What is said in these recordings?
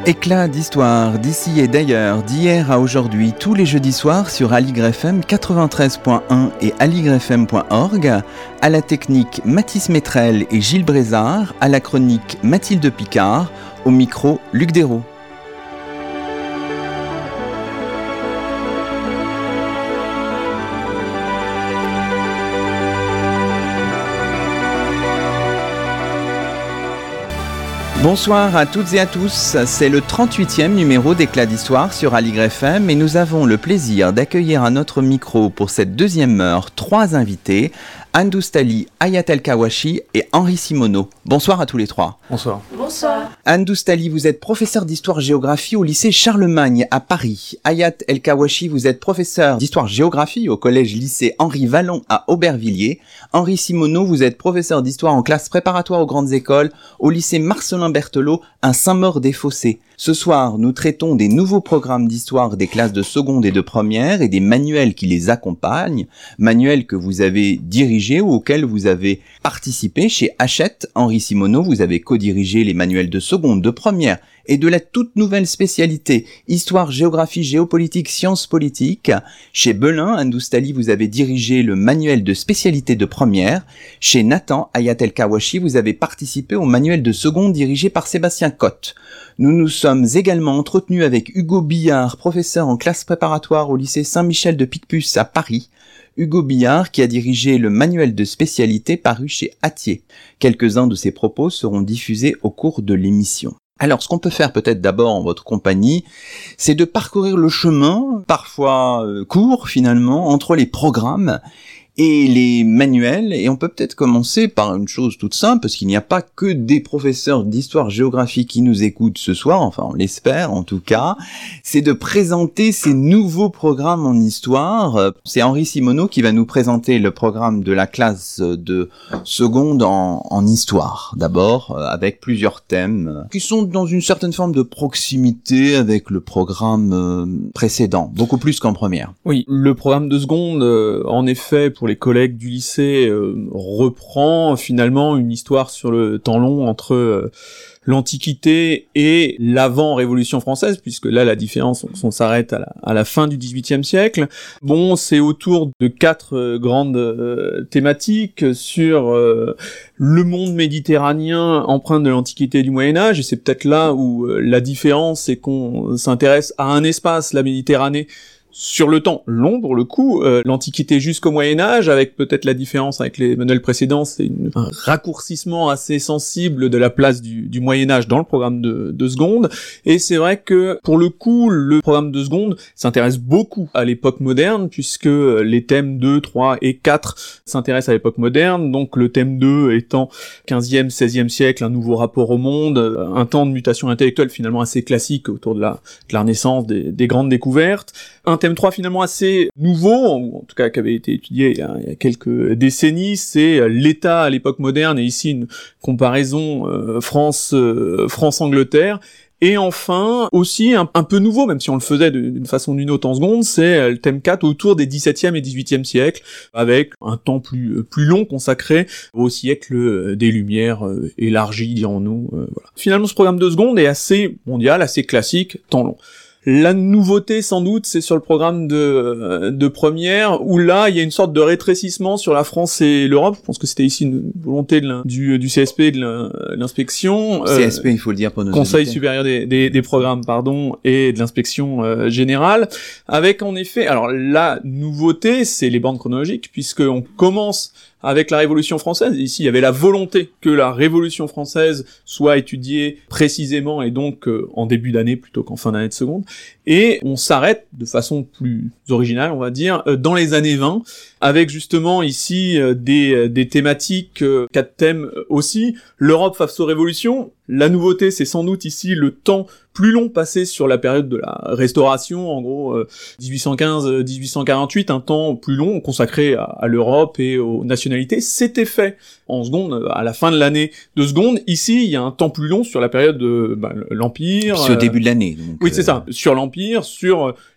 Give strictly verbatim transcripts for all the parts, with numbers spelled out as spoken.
Éclat d'histoire d'ici et d'ailleurs, d'hier à aujourd'hui, tous les jeudis soirs sur Aligre F M quatre-vingt-treize point un et aligre f m point org, à la technique Mathis Métrel et Gilles Brézard, à la chronique Mathilde Picard, au micro Luc Dérault. Bonsoir à toutes et à tous, c'est le trente-huitième numéro d'Éclat d'Histoire sur Aligre F M et nous avons le plaisir d'accueillir à notre micro pour cette deuxième heure trois invités, Anne Doustali, Hayat El-Kawashi et Henri Simoneau. Bonsoir à tous les trois. Bonsoir. Bonsoir. Anne Doustali, vous êtes professeur d'histoire-géographie au lycée Charlemagne à Paris. Hayat El-Kawashi, vous êtes professeur d'histoire-géographie au collège-lycée Henri Vallon à Aubervilliers. Henri Simoneau, vous êtes professeur d'histoire en classe préparatoire aux grandes écoles au lycée Marcellin Berthelot à Saint-Maur-des-Fossés. Ce soir, nous traitons des nouveaux programmes d'histoire des classes de seconde et de première et des manuels qui les accompagnent, manuels que vous avez dirigés ou auxquels vous avez participé chez Hachette. Henri Simoneau, vous avez co-dirigé les manuels de seconde, de première et de la toute nouvelle spécialité Histoire, Géographie, Géopolitique, Sciences politiques. Chez Belin, Anne Doustali, vous avez dirigé le manuel de spécialité de première. Chez Nathan, Hayat El-Kawashi, vous avez participé au manuel de seconde dirigé par Sébastien Cotte. Nous nous sommes également entretenus avec Hugo Billard, professeur en classe préparatoire au lycée Saint-Michel de Picpus à Paris. Hugo Billard qui a dirigé le manuel de spécialité paru chez Hatier. Quelques-uns de ses propos seront diffusés au cours de l'émission. Alors, ce qu'on peut faire peut-être d'abord en votre compagnie, c'est de parcourir le chemin, parfois euh, court finalement, entre les programmes et les manuels, et on peut peut-être commencer par une chose toute simple, parce qu'il n'y a pas que des professeurs d'histoire-géographie qui nous écoutent ce soir, enfin on l'espère en tout cas, c'est de présenter ces nouveaux programmes en histoire. C'est Henri Simoneau qui va nous présenter le programme de la classe de seconde en, en histoire, d'abord, avec plusieurs thèmes, qui sont dans une certaine forme de proximité avec le programme précédent, beaucoup plus qu'en première. Oui, le programme de seconde, euh, en effet, pour les collègues du lycée, euh, reprend finalement une histoire sur le temps long entre euh, l'Antiquité et l'avant-Révolution française, puisque là, la différence, on, on s'arrête à la, à la fin du dix-huitième siècle. Bon, c'est autour de quatre euh, grandes euh, thématiques sur euh, le monde méditerranéen empreinte de l'Antiquité et du Moyen-Âge, et c'est peut-être là où euh, la différence, c'est qu'on s'intéresse à un espace, la Méditerranée, sur le temps long, pour le coup, euh, l'Antiquité jusqu'au Moyen-Âge, avec peut-être la différence avec les manuels précédents, c'est une, un raccourcissement assez sensible de la place du, du Moyen-Âge dans le programme de, de seconde, et c'est vrai que, pour le coup, le programme de seconde s'intéresse beaucoup à l'époque moderne, puisque les thèmes deux, trois et quatre s'intéressent à l'époque moderne, donc le thème deux étant quinzième, seizième siècle, un nouveau rapport au monde, un temps de mutation intellectuelle finalement assez classique autour de la, de la Renaissance, des, des grandes découvertes, un thème trois finalement assez nouveau, ou en tout cas qui avait été étudié il y a, il y a quelques décennies, c'est l'État à l'époque moderne, et ici une comparaison euh, France, euh, France-Angleterre. Et enfin, aussi un, un peu nouveau, même si on le faisait d'une façon ou d'une autre en seconde, c'est le thème quatre autour des dix-septième et dix-huitième siècles, avec un temps plus plus long consacré au siècle des Lumières euh, élargi, dirons-nous. Euh, voilà. Finalement, ce programme de seconde est assez mondial, assez classique, temps long. La nouveauté, sans doute, c'est sur le programme de, de première, où là, il y a une sorte de rétrécissement sur la France et l'Europe. Je pense que c'était ici une volonté de du, du C S P, de l'inspection. C S P, euh, il faut le dire pour nos Conseil invités. supérieur des, des, des programmes, pardon, et de l'inspection euh, générale. Avec, en effet, alors la nouveauté, c'est les bornes chronologiques, puisqu'on commence avec la Révolution française. Ici, il y avait la volonté que la Révolution française soit étudiée précisément, et donc euh, en début d'année plutôt qu'en fin d'année de seconde. Et on s'arrête de façon plus originale, on va dire, euh, dans les années vingt, avec justement ici euh, des, euh, des thématiques, euh, quatre thèmes aussi. L'Europe face aux révolutions. La nouveauté, c'est sans doute ici le temps plus long passé sur la période de la Restauration, en gros euh, dix-huit cent quinze à dix-huit cent quarante-huit, un temps plus long consacré à, à l'Europe et aux nationalités. C'était fait en seconde, à la fin de l'année de seconde. Ici, il y a un temps plus long sur la période de bah, l'Empire. C'est au début de l'année. Donc, oui, euh... c'est ça. Sur l'Empire, sur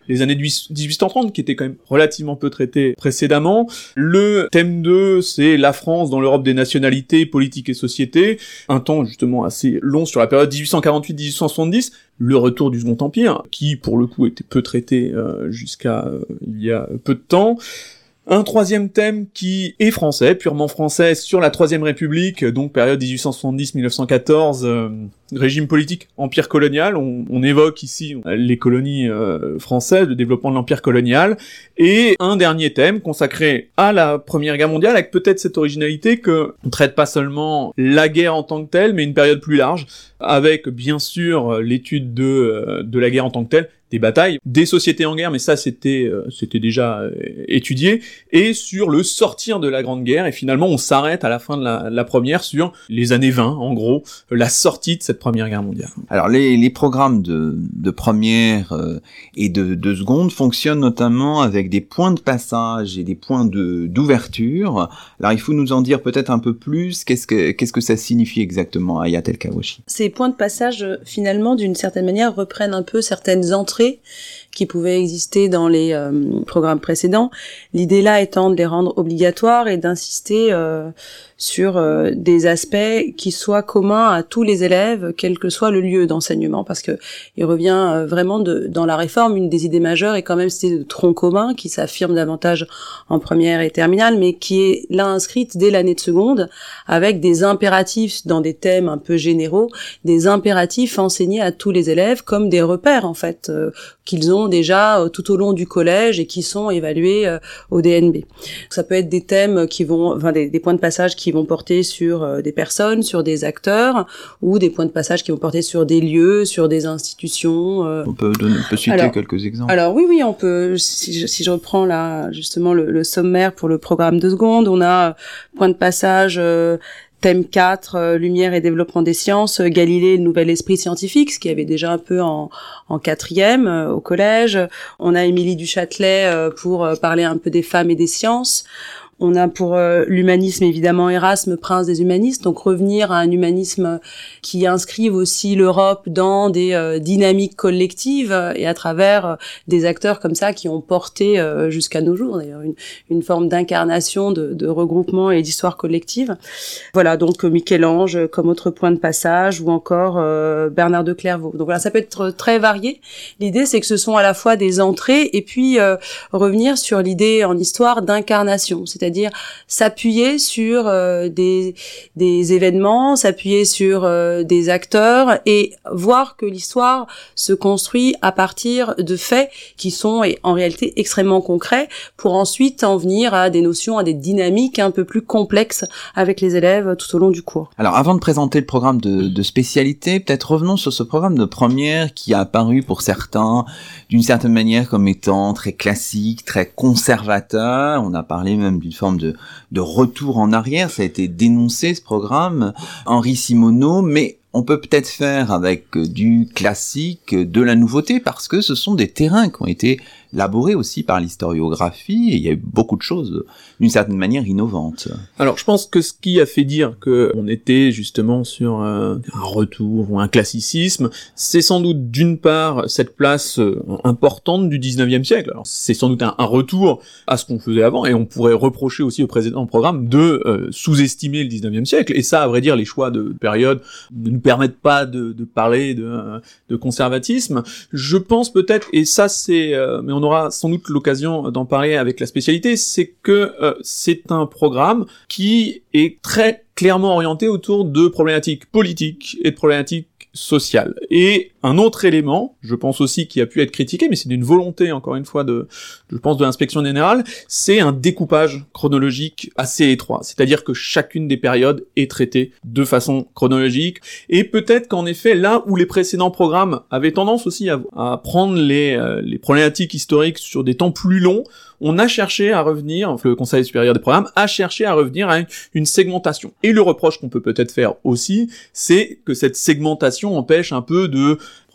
les années dix-huit cent trente, qui étaient quand même relativement peu traitées précédemment. Le thème deux, c'est la France dans l'Europe des nationalités, politique et société, un temps justement assez long sur la période dix-huit cent quarante-huit à dix-huit cent soixante-dix, le retour du Second Empire, qui pour le coup était peu traité euh, jusqu'à euh, il y a peu de temps. Un troisième thème qui est français, purement français, sur la Troisième République, donc période dix-huit cent soixante-dix à mille neuf cent quatorze, euh, régime politique, empire colonial. On, on évoque ici les colonies euh, françaises, le développement de l'empire colonial. Et un dernier thème consacré à la Première Guerre mondiale, avec peut-être cette originalité que on traite pas seulement la guerre en tant que telle, mais une période plus large, avec bien sûr l'étude de, euh, de la guerre en tant que telle, des batailles, des sociétés en guerre, mais ça c'était euh, c'était déjà euh, étudié, et sur le sortir de la Grande Guerre, et finalement on s'arrête à la fin de la, la première sur les années vingt, en gros, la sortie de cette Première Guerre mondiale. Alors les, les programmes de, de première euh, et de, de seconde fonctionnent notamment avec des points de passage et des points de d'ouverture. Alors il faut nous en dire peut-être un peu plus, qu'est-ce que qu'est-ce que ça signifie exactement, Ayat El-Kawashi? Ces points de passage, finalement, d'une certaine manière, reprennent un peu certaines entrées qui pouvaient exister dans les euh, programmes précédents. L'idée là étant de les rendre obligatoires et d'insister euh, sur euh, des aspects qui soient communs à tous les élèves, quel que soit le lieu d'enseignement, parce que il revient euh, vraiment de, dans la réforme, une des idées majeures est quand même cette idée de tronc commun qui s'affirme davantage en première et terminale, mais qui est là inscrite dès l'année de seconde, avec des impératifs dans des thèmes un peu généraux, des impératifs enseignés à tous les élèves comme des repères en fait, euh, qu'ils ont déjà euh, tout au long du collège et qui sont évalués euh, au D N B. Ça peut être des thèmes qui vont, enfin des, des points de passage qui vont porter sur euh, des personnes, sur des acteurs, ou des points de passage qui vont porter sur des lieux, sur des institutions. Euh. On peut donner, on peut citer alors, quelques exemples. Alors oui, oui, on peut. Si je, si je reprends là justement le, le sommaire pour le programme de seconde, on a euh, point de passage. Euh, Thème quatre, euh, Lumière et développement des sciences, euh, Galilée, le nouvel esprit scientifique, ce qui avait déjà un peu en, en quatrième euh, au collège. On a Émilie du Châtelet euh, pour euh, parler un peu des femmes et des sciences. On a pour euh, l'humanisme évidemment Erasme, prince des humanistes, donc revenir à un humanisme qui inscrive aussi l'Europe dans des euh, dynamiques collectives euh, et à travers euh, des acteurs comme ça qui ont porté euh, jusqu'à nos jours d'ailleurs une, une forme d'incarnation de, de regroupement et d'histoire collective. Voilà, donc euh, Michel-Ange comme autre point de passage, ou encore euh, Bernard de Clairvaux. Donc voilà, ça peut être très varié. L'idée c'est que ce sont à la fois des entrées et puis euh, revenir sur l'idée en histoire d'incarnation, c'est-à-dire c'est-à-dire s'appuyer sur euh, des des événements, s'appuyer sur euh, des acteurs et voir que l'histoire se construit à partir de faits qui sont et, en réalité extrêmement concrets, pour ensuite en venir à des notions, à des dynamiques un peu plus complexes avec les élèves tout au long du cours. Alors avant de présenter le programme de, de spécialité, peut-être revenons sur ce programme de première qui a apparu pour certains d'une certaine manière comme étant très classique, très conservateur. On a parlé même d'une forme de, de retour en arrière, ça a été dénoncé ce programme, Henri Simoneau, mais on peut peut-être faire avec du classique, de la nouveauté, parce que ce sont des terrains qui ont été laborés aussi par l'historiographie, et il y a eu beaucoup de choses, d'une certaine manière, innovantes. Alors, je pense que ce qui a fait dire que on était justement sur euh, un retour ou un classicisme, c'est sans doute d'une part cette place euh, importante du dix-neuvième siècle. Alors, c'est sans doute un, un retour à ce qu'on faisait avant, et on pourrait reprocher aussi au précédent programme de euh, sous-estimer le dix-neuvième siècle, et ça, à vrai dire, les choix de période ne nous permettent pas de, de parler de, de conservatisme. Je pense peut-être, et ça c'est, euh, mais on aura sans doute l'occasion d'en parler avec la spécialité, c'est que euh, c'est un programme qui est très clairement orienté autour de problématiques politiques et de problématiques sociales. Et un autre élément, je pense aussi qui a pu être critiqué, mais c'est d'une volonté, encore une fois, de, je pense, de l'inspection générale, c'est un découpage chronologique assez étroit. C'est-à-dire que chacune des périodes est traitée de façon chronologique. Et peut-être qu'en effet, là où les précédents programmes avaient tendance aussi à, à prendre les, euh, les problématiques historiques sur des temps plus longs, on a cherché à revenir, enfin, le Conseil supérieur des programmes a cherché à revenir à une, une segmentation. Et le reproche qu'on peut peut-être faire aussi, c'est que cette segmentation empêche un peu de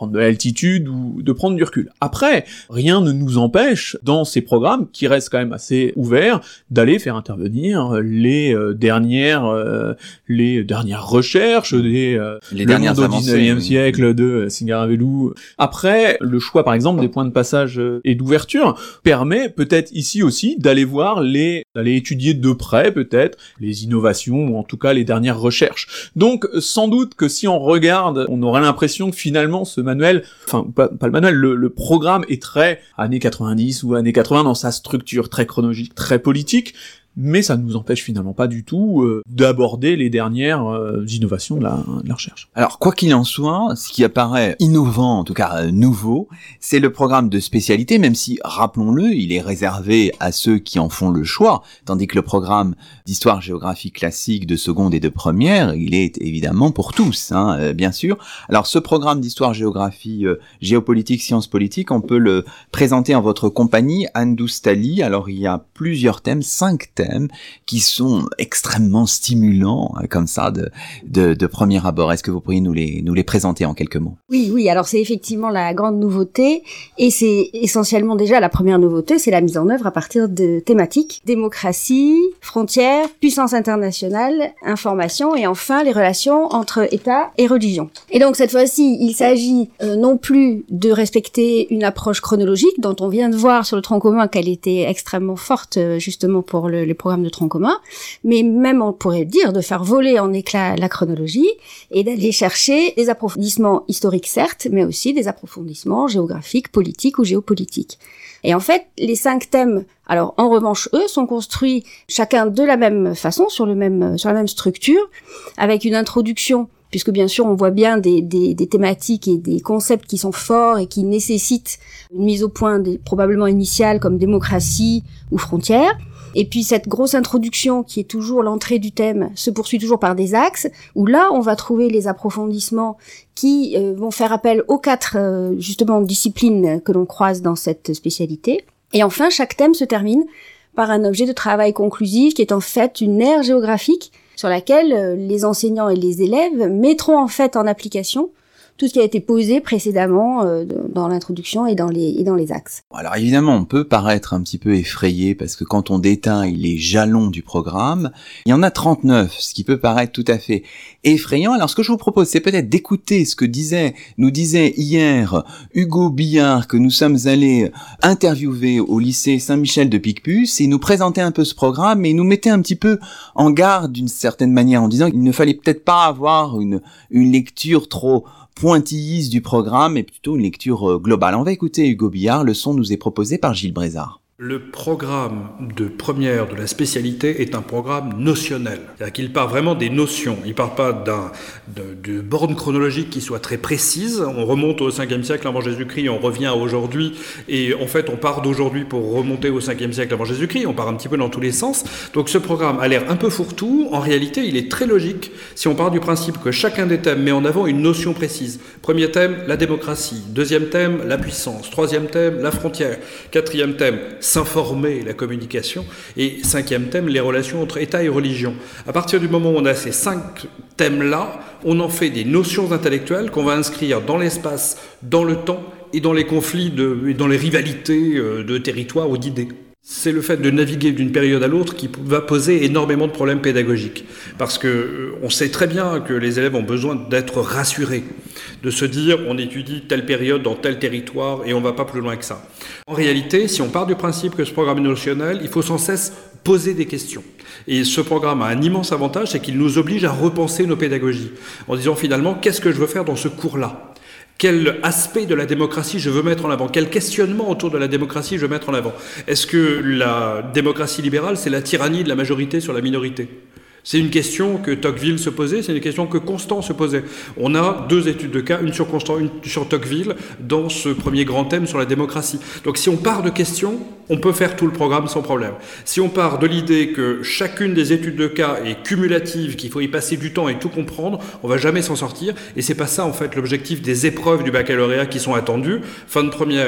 prendre de l'altitude ou de prendre du recul. Après, rien ne nous empêche, dans ces programmes, qui restent quand même assez ouverts, d'aller faire intervenir les euh, dernières euh, les dernières recherches, des euh, les dernières au dix-neuvième oui. siècle de Singaravelou. Après, le choix, par exemple, des points de passage et d'ouverture permet peut-être ici aussi d'aller voir les, d'aller étudier de près peut-être les innovations ou en tout cas les dernières recherches. Donc, sans doute que si on regarde, on aurait l'impression que finalement ce manuel, enfin pas, pas le manuel, le, le programme est très années quatre-vingt-dix ou années quatre-vingts dans sa structure très chronologique, très politique. Mais ça ne nous empêche finalement pas du tout euh, d'aborder les dernières euh, innovations de la, de la recherche. Alors, quoi qu'il en soit, ce qui apparaît innovant, en tout cas euh, nouveau, c'est le programme de spécialité, même si, rappelons-le, il est réservé à ceux qui en font le choix, tandis que le programme d'histoire-géographie classique de seconde et de première, il est évidemment pour tous, hein, euh, bien sûr. Alors, ce programme d'histoire-géographie euh, géopolitique, sciences politiques, on peut le présenter en votre compagnie, Anne Doustali. Alors, il y a plusieurs thèmes, cinq thèmes, qui sont extrêmement stimulants, comme ça, de, de, de premier abord. Est-ce que vous pourriez nous les, nous les présenter en quelques mots? Oui, oui, alors c'est effectivement la grande nouveauté, et c'est essentiellement déjà la première nouveauté, c'est la mise en œuvre à partir de thématiques, démocratie, frontières, puissance internationale, information, et enfin les relations entre État et religion. Et donc cette fois-ci, il s'agit euh, non plus de respecter une approche chronologique, dont on vient de voir sur le tronc commun qu'elle était extrêmement forte, euh, justement pour le les programmes de tronc commun, mais même on pourrait dire de faire voler en éclats la chronologie et d'aller chercher des approfondissements historiques certes, mais aussi des approfondissements géographiques, politiques ou géopolitiques. Et en fait, les cinq thèmes, alors en revanche, eux, sont construits chacun de la même façon, sur le même, sur la même structure, avec une introduction, puisque bien sûr on voit bien des, des, des thématiques et des concepts qui sont forts et qui nécessitent une mise au point des, probablement initiale comme démocratie ou frontières. Et puis cette grosse introduction qui est toujours l'entrée du thème se poursuit toujours par des axes où là on va trouver les approfondissements qui euh, vont faire appel aux quatre euh, justement disciplines que l'on croise dans cette spécialité. Et enfin chaque thème se termine par un objet de travail conclusif qui est en fait une aire géographique sur laquelle euh, les enseignants et les élèves mettront en fait en application tout ce qui a été posé précédemment euh, dans l'introduction et dans les et dans les axes. Alors évidemment, on peut paraître un petit peu effrayé parce que quand on détaille les jalons du programme, il y en a trente-neuf, ce qui peut paraître tout à fait effrayant. Alors ce que je vous propose, c'est peut-être d'écouter ce que disait, nous disait hier Hugo Billard, que nous sommes allés interviewer au lycée Saint-Michel de Picpus, et nous présenter un peu ce programme et nous mettait un petit peu en garde d'une certaine manière en disant qu'il ne fallait peut-être pas avoir une une lecture trop pointillise du programme, mais plutôt une lecture globale. On va écouter Hugo Billard, le son nous est proposé par Gilles Brézard. Le programme de première de la spécialité est un programme notionnel. C'est-à-dire qu'il part vraiment des notions. Il part pas d'un, de, de bornes chronologiques qui soient très précises. On remonte au cinquième siècle avant Jésus-Christ, on revient à aujourd'hui, et en fait on part d'aujourd'hui pour remonter au cinquième siècle avant Jésus-Christ. On part un petit peu dans tous les sens. Donc ce programme a l'air un peu fourre-tout. En réalité, il est très logique si on part du principe que chacun des thèmes met en avant une notion précise. Premier thème, la démocratie. Deuxième thème, la puissance. Troisième thème, la frontière. Quatrième thème, s'informer, la communication, et cinquième thème, les relations entre État et religion. À partir du moment où on a ces cinq thèmes-là, on en fait des notions intellectuelles qu'on va inscrire dans l'espace, dans le temps et dans les conflits, de, et dans les rivalités de territoires ou d'idées. C'est le fait de naviguer d'une période à l'autre qui va poser énormément de problèmes pédagogiques. Parce que euh, on sait très bien que les élèves ont besoin d'être rassurés, de se dire on étudie telle période dans tel territoire et on va pas plus loin que ça. En réalité, si on part du principe que ce programme est notionnel, il faut sans cesse poser des questions. Et ce programme a un immense avantage, c'est qu'il nous oblige à repenser nos pédagogies, en disant finalement qu'est-ce que je veux faire dans ce cours-là ? Quel aspect de la démocratie je veux mettre en avant? Quel questionnement autour de la démocratie je veux mettre en avant? Est-ce que la démocratie libérale, c'est la tyrannie de la majorité sur la minorité? C'est une question que Tocqueville se posait, c'est une question que Constant se posait. On a deux études de cas, une sur Constant, une sur Tocqueville, dans ce premier grand thème sur la démocratie. Donc si on part de questions, on peut faire tout le programme sans problème. Si on part de l'idée que chacune des études de cas est cumulative, qu'il faut y passer du temps et tout comprendre, on va jamais s'en sortir. Et c'est pas ça, en fait, l'objectif des épreuves du baccalauréat qui sont attendues. Fin de première,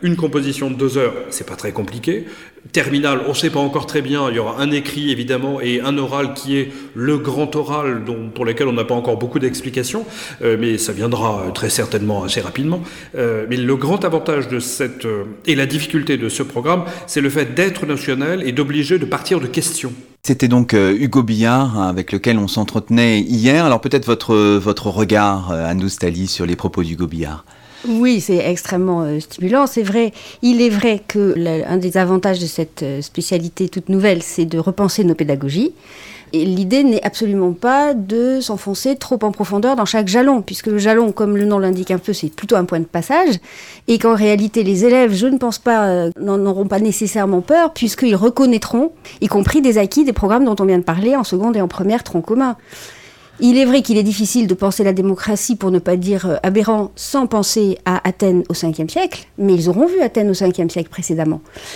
une composition de deux heures, c'est pas très compliqué. Terminale, on ne sait pas encore très bien, il y aura un écrit évidemment et un oral qui est le grand oral dont, pour lequel on n'a pas encore beaucoup d'explications, euh, mais ça viendra très certainement assez rapidement. Euh, mais le grand avantage de cette, euh, et la difficulté de ce programme, c'est le fait d'être notionnel et d'obliger de partir de questions. C'était donc euh, Hugo Billard, hein, avec lequel on s'entretenait hier. Alors peut-être votre, votre regard, euh, Anne Doustali, sur les propos d'Hugo Billard. Oui, c'est extrêmement euh, stimulant. C'est vrai, il est vrai que l'un des avantages de cette euh, spécialité toute nouvelle, c'est de repenser nos pédagogies. Et l'idée n'est absolument pas de s'enfoncer trop en profondeur dans chaque jalon, puisque le jalon, comme le nom l'indique un peu, c'est plutôt un point de passage, et qu'en réalité, les élèves, je ne pense pas, euh, n'en auront pas nécessairement peur, puisqu'ils reconnaîtront, y compris des acquis des programmes dont on vient de parler en seconde et en première tronc commun. Il est vrai qu'il est difficile de penser la démocratie, pour ne pas dire euh, aberrant, sans penser à Athènes au cinquième siècle, mais ils auront vu Athènes au cinquième siècle précédemment.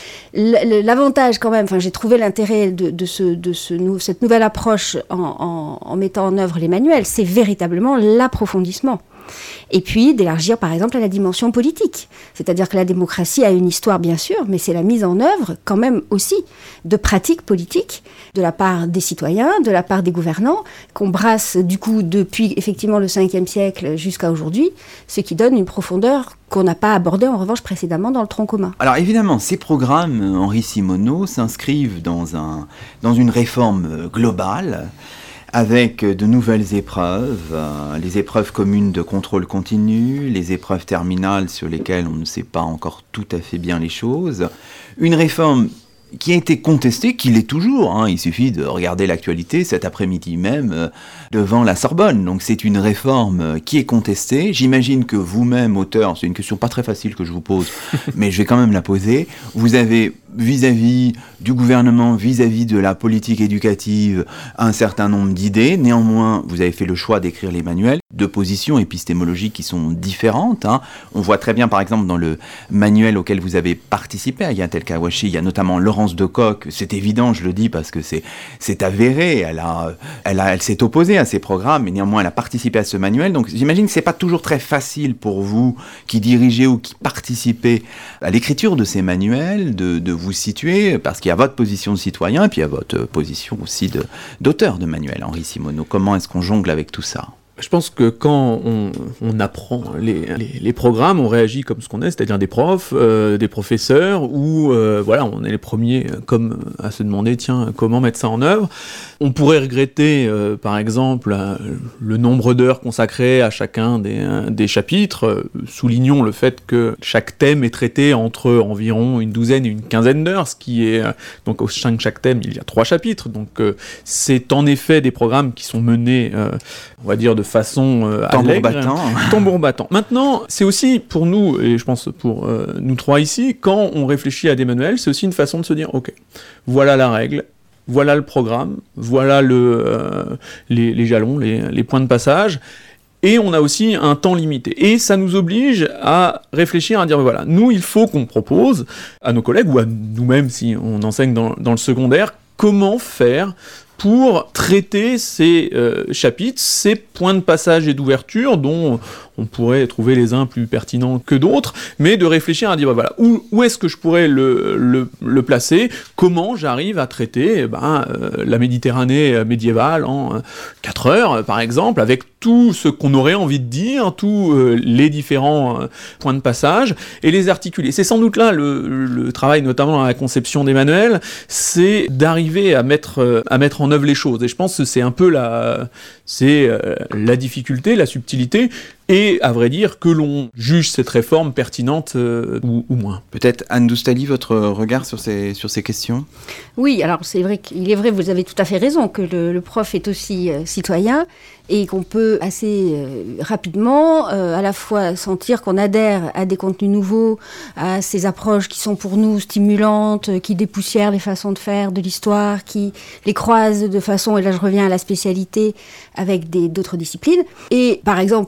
L- l'avantage quand même, enfin j'ai trouvé l'intérêt de, de, ce, de ce nou- cette nouvelle approche en, en, en mettant en œuvre les manuels, c'est véritablement l'approfondissement. Et puis d'élargir par exemple à la dimension politique. C'est-à-dire que la démocratie a une histoire bien sûr, mais c'est la mise en œuvre quand même aussi de pratiques politiques de la part des citoyens, de la part des gouvernants, qu'on brasse du coup depuis effectivement le cinquième siècle jusqu'à aujourd'hui, ce qui donne une profondeur qu'on n'a pas abordée en revanche précédemment dans le tronc commun. Alors évidemment, ces programmes, Henri Simoneau, s'inscrivent dans, un, dans une réforme globale, avec de nouvelles épreuves, euh, les épreuves communes de contrôle continu, les épreuves terminales sur lesquelles on ne sait pas encore tout à fait bien les choses, une réforme qui a été contesté, qui l'est toujours, hein. Il suffit de regarder l'actualité cet après-midi même euh, devant la Sorbonne. Donc c'est une réforme euh, qui est contestée. J'imagine que vous-même, auteur, c'est une question pas très facile que je vous pose, mais je vais quand même la poser. Vous avez vis-à-vis du gouvernement, vis-à-vis de la politique éducative, un certain nombre d'idées. Néanmoins, vous avez fait le choix d'écrire les manuels, de positions épistémologiques qui sont différentes, hein. On voit très bien, par exemple, dans le manuel auquel vous avez participé, Ayat El-Kawashi, il y a notamment Laurence Decoq. C'est évident, je le dis parce que c'est, c'est avéré. Elle, a, elle, a, elle s'est opposée à ces programmes, mais néanmoins, elle a participé à ce manuel. Donc, j'imagine que c'est pas toujours très facile pour vous qui dirigez ou qui participez à l'écriture de ces manuels, de, de vous situer, parce qu'il y a votre position de citoyen et puis il y a votre position aussi de, d'auteur de manuel, Henri Simoneau. Comment est-ce qu'on jongle avec tout ça ? Je pense que quand on, on apprend les, les, les programmes, on réagit comme ce qu'on est, c'est-à-dire des profs, euh, des professeurs, ou euh, voilà, on est les premiers comme à se demander, tiens, comment mettre ça en œuvre. On pourrait regretter, euh, par exemple, euh, le nombre d'heures consacrées à chacun des, euh, des chapitres. Euh, soulignons le fait que chaque thème est traité entre environ une douzaine et une quinzaine d'heures, ce qui est, euh, donc au sein de chaque thème, il y a trois chapitres. Donc euh, c'est en effet des programmes qui sont menés, euh, on va dire, de façon euh, tambour allègre, battant. Tambour battant. Maintenant, c'est aussi pour nous, et je pense pour euh, nous trois ici, quand on réfléchit à des manuels, c'est aussi une façon de se dire, ok, voilà la règle, voilà le programme, voilà le, euh, les, les jalons, les, les points de passage, et on a aussi un temps limité. Et ça nous oblige à réfléchir, à dire, voilà, nous, il faut qu'on propose à nos collègues, ou à nous-mêmes si on enseigne dans, dans le secondaire, comment faire pour traiter ces euh, chapitres, ces points de passage et d'ouverture dont on pourrait trouver les uns plus pertinents que d'autres, mais de réfléchir à dire, voilà, où, où est-ce que je pourrais le, le, le placer, comment j'arrive à traiter eh ben, euh, la Méditerranée médiévale en quatre heures, par exemple, avec tout ce qu'on aurait envie de dire, tous euh, les différents euh, points de passage, et les articuler. C'est sans doute là le, le travail, notamment dans la conception des manuels, c'est d'arriver à mettre, euh, à mettre en œuvre les choses. Et je pense que c'est un peu la, c'est, euh, la difficulté, la subtilité, et à vrai dire que l'on juge cette réforme pertinente euh, ou, ou moins. Peut-être Anne Doustali, votre regard sur ces, sur ces questions ? Oui, alors c'est vrai qu'il est vrai, vous avez tout à fait raison, que le, le prof est aussi euh, citoyen et qu'on peut assez euh, rapidement euh, à la fois sentir qu'on adhère à des contenus nouveaux, à ces approches qui sont pour nous stimulantes, qui dépoussièrent les façons de faire de l'histoire, qui les croisent de façon, et là je reviens à la spécialité, avec des, d'autres disciplines. Et par exemple, regretter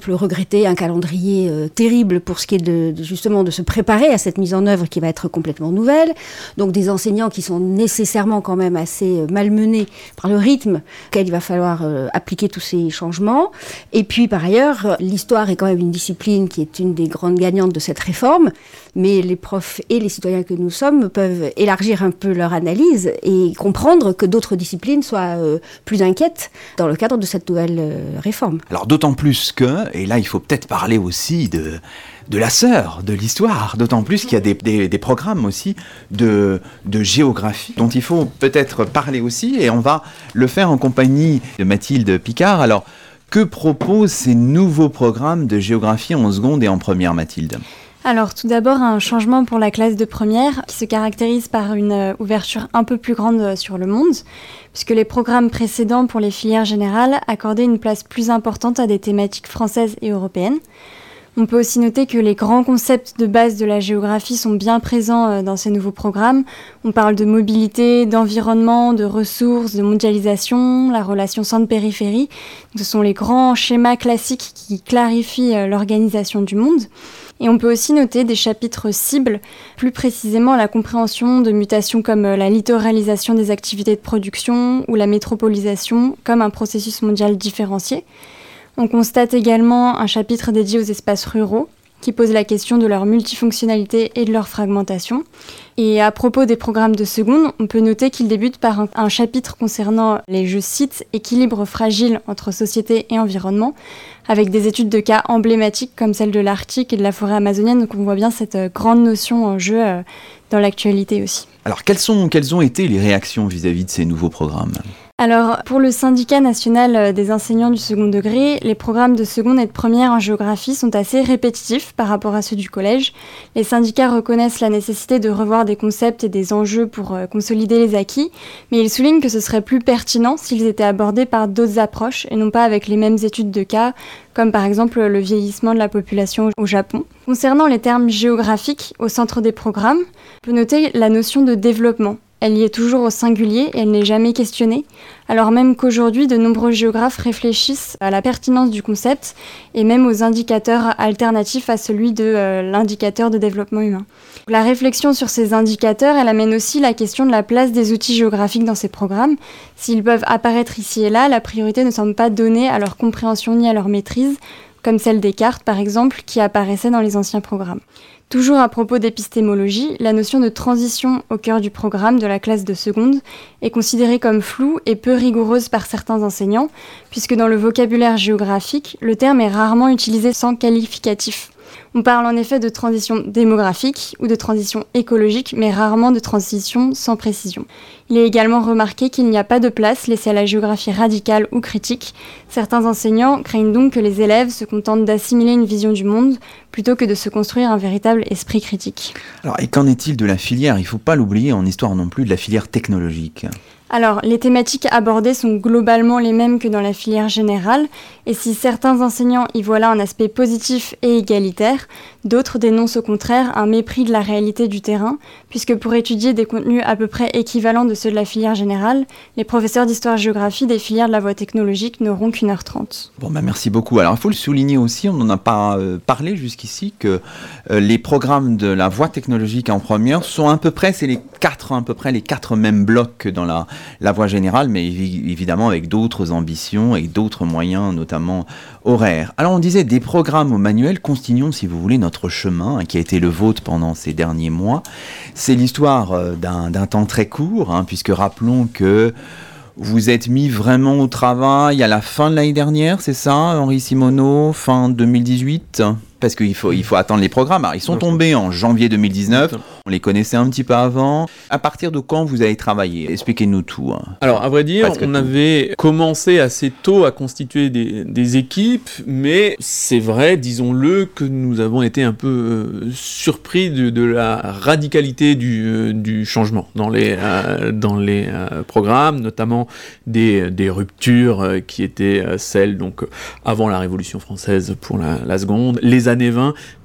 décrété un calendrier euh, terrible pour ce qui est de, de justement de se préparer à cette mise en œuvre qui va être complètement nouvelle. Donc des enseignants qui sont nécessairement quand même assez malmenés par le rythme auquel il va falloir euh, appliquer tous ces changements. Et puis par ailleurs, l'histoire est quand même une discipline qui est une des grandes gagnantes de cette réforme, mais les profs et les citoyens que nous sommes peuvent élargir un peu leur analyse et comprendre que d'autres disciplines soient euh, plus inquiètes dans le cadre de cette nouvelle euh, réforme. Alors d'autant plus que, et là il faut peut-être parler aussi de, de la sœur de l'histoire, d'autant plus qu'il y a des, des, des programmes aussi de, de géographie dont il faut peut-être parler aussi, et on va le faire en compagnie de Mathilde Picard. Alors, que proposent ces nouveaux programmes de géographie en seconde et en première, Mathilde ? Alors tout d'abord un changement pour la classe de première qui se caractérise par une euh, ouverture un peu plus grande euh, sur le monde, puisque les programmes précédents pour les filières générales accordaient une place plus importante à des thématiques françaises et européennes. On peut aussi noter que les grands concepts de base de la géographie sont bien présents euh, dans ces nouveaux programmes. On parle de mobilité, d'environnement, de ressources, de mondialisation, la relation centre-périphérie. Ce sont les grands schémas classiques qui clarifient euh, l'organisation du monde. Et on peut aussi noter des chapitres cibles, plus précisément la compréhension de mutations comme la littoralisation des activités de production ou la métropolisation comme un processus mondial différencié. On constate également un chapitre dédié aux espaces ruraux, qui pose la question de leur multifonctionnalité et de leur fragmentation. Et à propos des programmes de seconde, on peut noter qu'ils débutent par un, un chapitre concernant les, je cite, « équilibres fragiles entre société et environnement », avec des études de cas emblématiques comme celle de l'Arctique et de la forêt amazonienne. Donc on voit bien cette euh, grande notion en jeu euh, dans l'actualité aussi. Alors quelles, sont, quelles ont été les réactions vis-à-vis de ces nouveaux programmes ? Alors, pour le syndicat national des enseignants du second degré, les programmes de seconde et de première en géographie sont assez répétitifs par rapport à ceux du collège. Les syndicats reconnaissent la nécessité de revoir des concepts et des enjeux pour euh, consolider les acquis, mais ils soulignent que ce serait plus pertinent s'ils étaient abordés par d'autres approches et non pas avec les mêmes études de cas, comme par exemple le vieillissement de la population au Japon. Concernant les termes géographiques au centre des programmes, on peut noter la notion de développement. Elle y est toujours au singulier et elle n'est jamais questionnée, alors même qu'aujourd'hui, de nombreux géographes réfléchissent à la pertinence du concept et même aux indicateurs alternatifs à celui de euh, l'indicateur de développement humain. La réflexion sur ces indicateurs, elle amène aussi la question de la place des outils géographiques dans ces programmes. S'ils peuvent apparaître ici et là, la priorité ne semble pas donnée à leur compréhension ni à leur maîtrise, comme celle des cartes par exemple, qui apparaissaient dans les anciens programmes. Toujours à propos d'épistémologie, la notion de transition au cœur du programme de la classe de seconde est considérée comme floue et peu rigoureuse par certains enseignants, puisque dans le vocabulaire géographique, le terme est rarement utilisé sans qualificatif. On parle en effet de transition démographique ou de transition écologique, mais rarement de transition sans précision. Il est également remarqué qu'il n'y a pas de place laissée à la géographie radicale ou critique. Certains enseignants craignent donc que les élèves se contentent d'assimiler une vision du monde plutôt que de se construire un véritable esprit critique. Alors, et qu'en est-il de la filière ? Il ne faut pas l'oublier en histoire non plus, de la filière technologique. Alors, les thématiques abordées sont globalement les mêmes que dans la filière générale, et si certains enseignants y voient là un aspect positif et égalitaire, d'autres dénoncent au contraire un mépris de la réalité du terrain, puisque pour étudier des contenus à peu près équivalents de ceux de la filière générale, les professeurs d'histoire-géographie des filières de la voie technologique n'auront qu'une heure trente. Bon, bah merci beaucoup. Alors, il faut le souligner aussi, on n'en a pas euh, parlé jusqu'ici, que euh, les programmes de la voie technologique en première sont à peu près, c'est les quatre, à peu près les quatre mêmes blocs que dans la la voie générale, mais évidemment avec d'autres ambitions et d'autres moyens, notamment horaires. Alors on disait des programmes au manuel, continuons si vous voulez notre chemin, hein, qui a été le vôtre pendant ces derniers mois. C'est l'histoire euh, d'un, d'un temps très court, hein, puisque rappelons que vous êtes mis vraiment au travail à la fin de l'année dernière, c'est ça, Henri Simoneau, fin deux mille dix-huit ? Parce qu'il faut, il faut attendre les programmes. Alors, ils sont tombés en janvier deux mille dix-neuf. On les connaissait un petit peu avant. À partir de quand vous avez travaillé ? Expliquez-nous tout. Hein. Alors, à vrai dire, Presque on tout. avait commencé assez tôt à constituer des, des équipes, mais c'est vrai, disons-le, que nous avons été un peu euh, surpris de, de la radicalité du, euh, du changement dans les, euh, dans les euh, programmes, notamment des, des ruptures euh, qui étaient euh, celles, donc, avant la Révolution française pour la, la seconde, les années vingt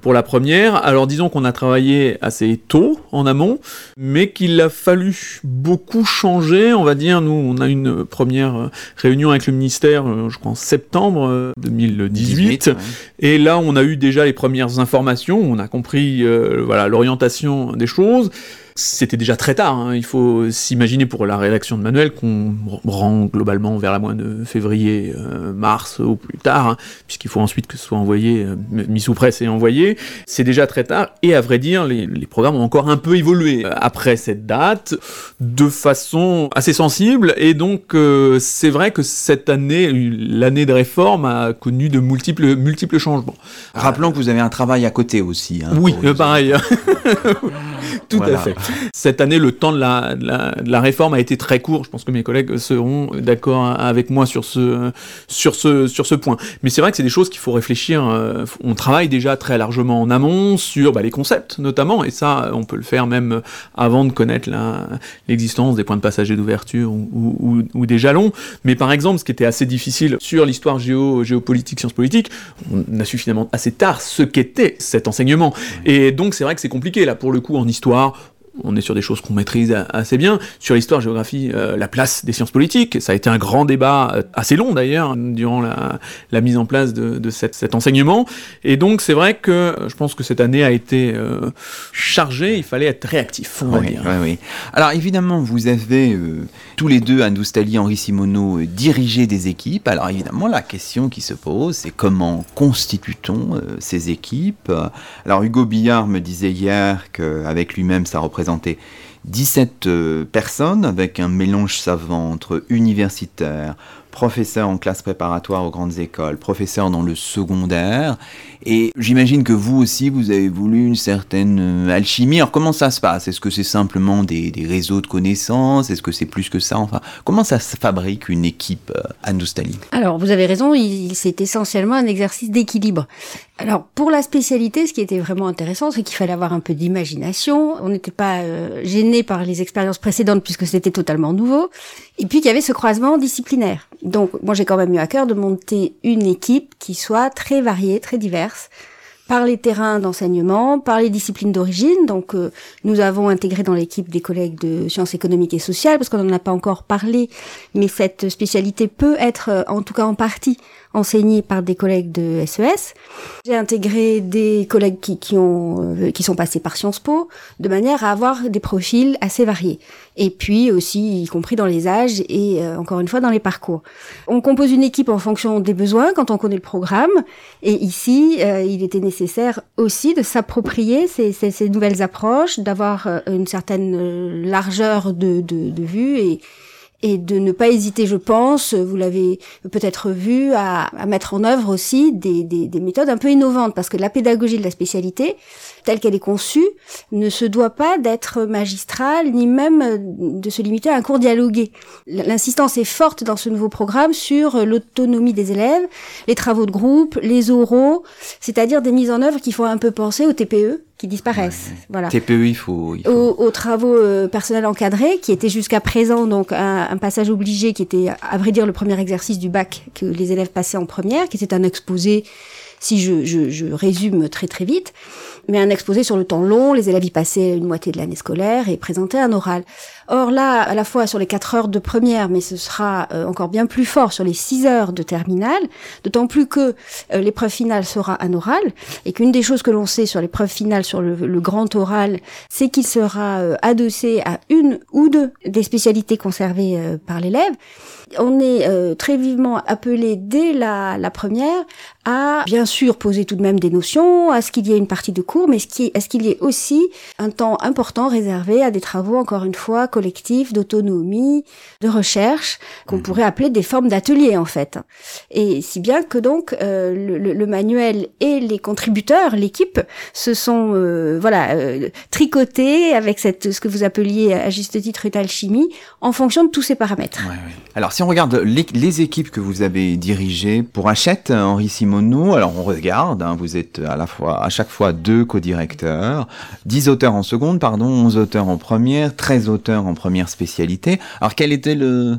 pour la première. Alors disons qu'on a travaillé assez tôt en amont, mais qu'il a fallu beaucoup changer, on va dire. Nous, on a une première réunion avec le ministère, je crois en septembre deux mille dix-huit, dix-huit, ouais. Et là, on a eu déjà les premières informations, on a compris euh, voilà, l'orientation des choses. C'était déjà très tard, hein. Il faut s'imaginer pour la rédaction de manuel qu'on rend globalement vers la mois de février, euh, mars au plus tard, hein, puisqu'il faut ensuite que ce soit envoyé, euh, mis sous presse et envoyé. C'est déjà très tard, et à vrai dire, les, les programmes ont encore un peu évolué après cette date, de façon assez sensible, et donc euh, c'est vrai que cette année, l'année de réforme a connu de multiples, multiples changements. Rappelons que vous avez un travail à côté aussi. Hein, oui, euh, pareil. Tout voilà. à fait. Cette année, le temps de la, de, la, de la réforme a été très court. Je pense que mes collègues seront d'accord avec moi sur ce, sur ce, sur ce point. Mais c'est vrai que c'est des choses qu'il faut réfléchir. On travaille déjà très largement en amont sur bah, les concepts, notamment. Et ça, on peut le faire même avant de connaître la, l'existence des points de passage et d'ouverture ou, ou, ou des jalons. Mais par exemple, ce qui était assez difficile sur l'histoire géo, géopolitique, sciences politiques, on a su finalement assez tard ce qu'était cet enseignement. Et donc, c'est vrai que c'est compliqué, là, pour le coup, en histoire. On est sur des choses qu'on maîtrise assez bien. Sur l'histoire, géographie, euh, la place des sciences politiques, ça a été un grand débat, euh, assez long d'ailleurs, durant la, la mise en place de, de cette, cet enseignement. Et donc, c'est vrai que euh, je pense que cette année a été euh, chargée, il fallait être réactif, on va oui, dire. Oui, oui. Alors évidemment, vous avez euh, tous les deux, Anne Doustali, Henri Simoneau, euh, dirigé des équipes. Alors évidemment, la question qui se pose, c'est comment constitue-t-on euh, ces équipes ? Alors Hugo Billard me disait hier qu'avec lui-même, ça représente dix-sept euh, personnes avec un mélange savant entre universitaires, professeurs en classe préparatoire aux grandes écoles, professeurs dans le secondaire. Et j'imagine que vous aussi, vous avez voulu une certaine euh, alchimie. Alors comment ça se passe ? Est-ce que c'est simplement des, des réseaux de connaissances ? Est-ce que c'est plus que ça ? Enfin, comment ça se fabrique une équipe, euh, Anne Doustali ? Alors, vous avez raison, il, c'est essentiellement un exercice d'équilibre. Alors, pour la spécialité, ce qui était vraiment intéressant, c'est qu'il fallait avoir un peu d'imagination. On n'était pas euh, gêné par les expériences précédentes puisque c'était totalement nouveau. Et puis, il y avait ce croisement disciplinaire. Donc, moi, j'ai quand même eu à cœur de monter une équipe qui soit très variée, très diverse, par les terrains d'enseignement, par les disciplines d'origine. Donc, euh, nous avons intégré dans l'équipe des collègues de sciences économiques et sociales, parce qu'on n'en a pas encore parlé, mais cette spécialité peut être, euh, en tout cas en partie, enseignée par des collègues de S E S. J'ai intégré des collègues qui, qui ont, euh, qui sont passés par Sciences Po, de manière à avoir des profils assez variés. Et puis aussi, y compris dans les âges et euh, encore une fois dans les parcours. On compose une équipe en fonction des besoins quand on connaît le programme. Et ici, euh, il était nécessaire aussi de s'approprier ces, ces, ces nouvelles approches, d'avoir euh, une certaine euh, largeur de, de, de vue et et de ne pas hésiter, je pense, vous l'avez peut-être vu, à, à mettre en œuvre aussi des, des, des méthodes un peu innovantes, parce que la pédagogie de la spécialité, telle qu'elle est conçue, ne se doit pas d'être magistrale, ni même de se limiter à un cours dialogué. L'insistance est forte dans ce nouveau programme sur l'autonomie des élèves, les travaux de groupe, les oraux, c'est-à-dire des mises en œuvre qui font un peu penser au T P E, qui disparaissent. Ouais. Voilà. T P E, il faut... Il faut... Aux, aux travaux euh, personnels encadrés, qui étaient jusqu'à présent donc un, un passage obligé, qui était, à vrai dire, le premier exercice du bac que les élèves passaient en première, qui était un exposé, si je, je, je résume très très vite, mais un exposé sur le temps long, les élèves y passaient une moitié de l'année scolaire et présentaient un oral. Or là, à la fois sur les quatre heures de première, mais ce sera euh, encore bien plus fort sur les six heures de terminale, d'autant plus que euh, l'épreuve finale sera un oral, et qu'une des choses que l'on sait sur l'épreuve finale, sur le, le grand oral, c'est qu'il sera euh, adossé à une ou deux des spécialités conservées euh, par l'élève. On est euh, très vivement appelé dès la, la première à, bien sûr, poser tout de même des notions, à ce qu'il y ait une partie de cours, mais ce qui, à ce qu'il y ait aussi un temps important réservé à des travaux, encore une fois, collectifs, d'autonomie, de recherche, qu'on pourrait appeler des formes d'ateliers, en fait. Et si bien que donc, euh, le, le, le manuel et les contributeurs, l'équipe, se sont, euh, voilà, euh, tricotés avec cette, ce que vous appeliez à juste titre une alchimie, en fonction de tous ces paramètres. Ouais, ouais. Alors, si on regarde les, les équipes que vous avez dirigées pour Hachette, Henri Simoneau, alors on regarde, hein, vous êtes à la fois, à chaque fois deux co-directeurs, dix auteurs en seconde, pardon, onze auteurs en première, treize auteurs en première spécialité. Alors, quel était le,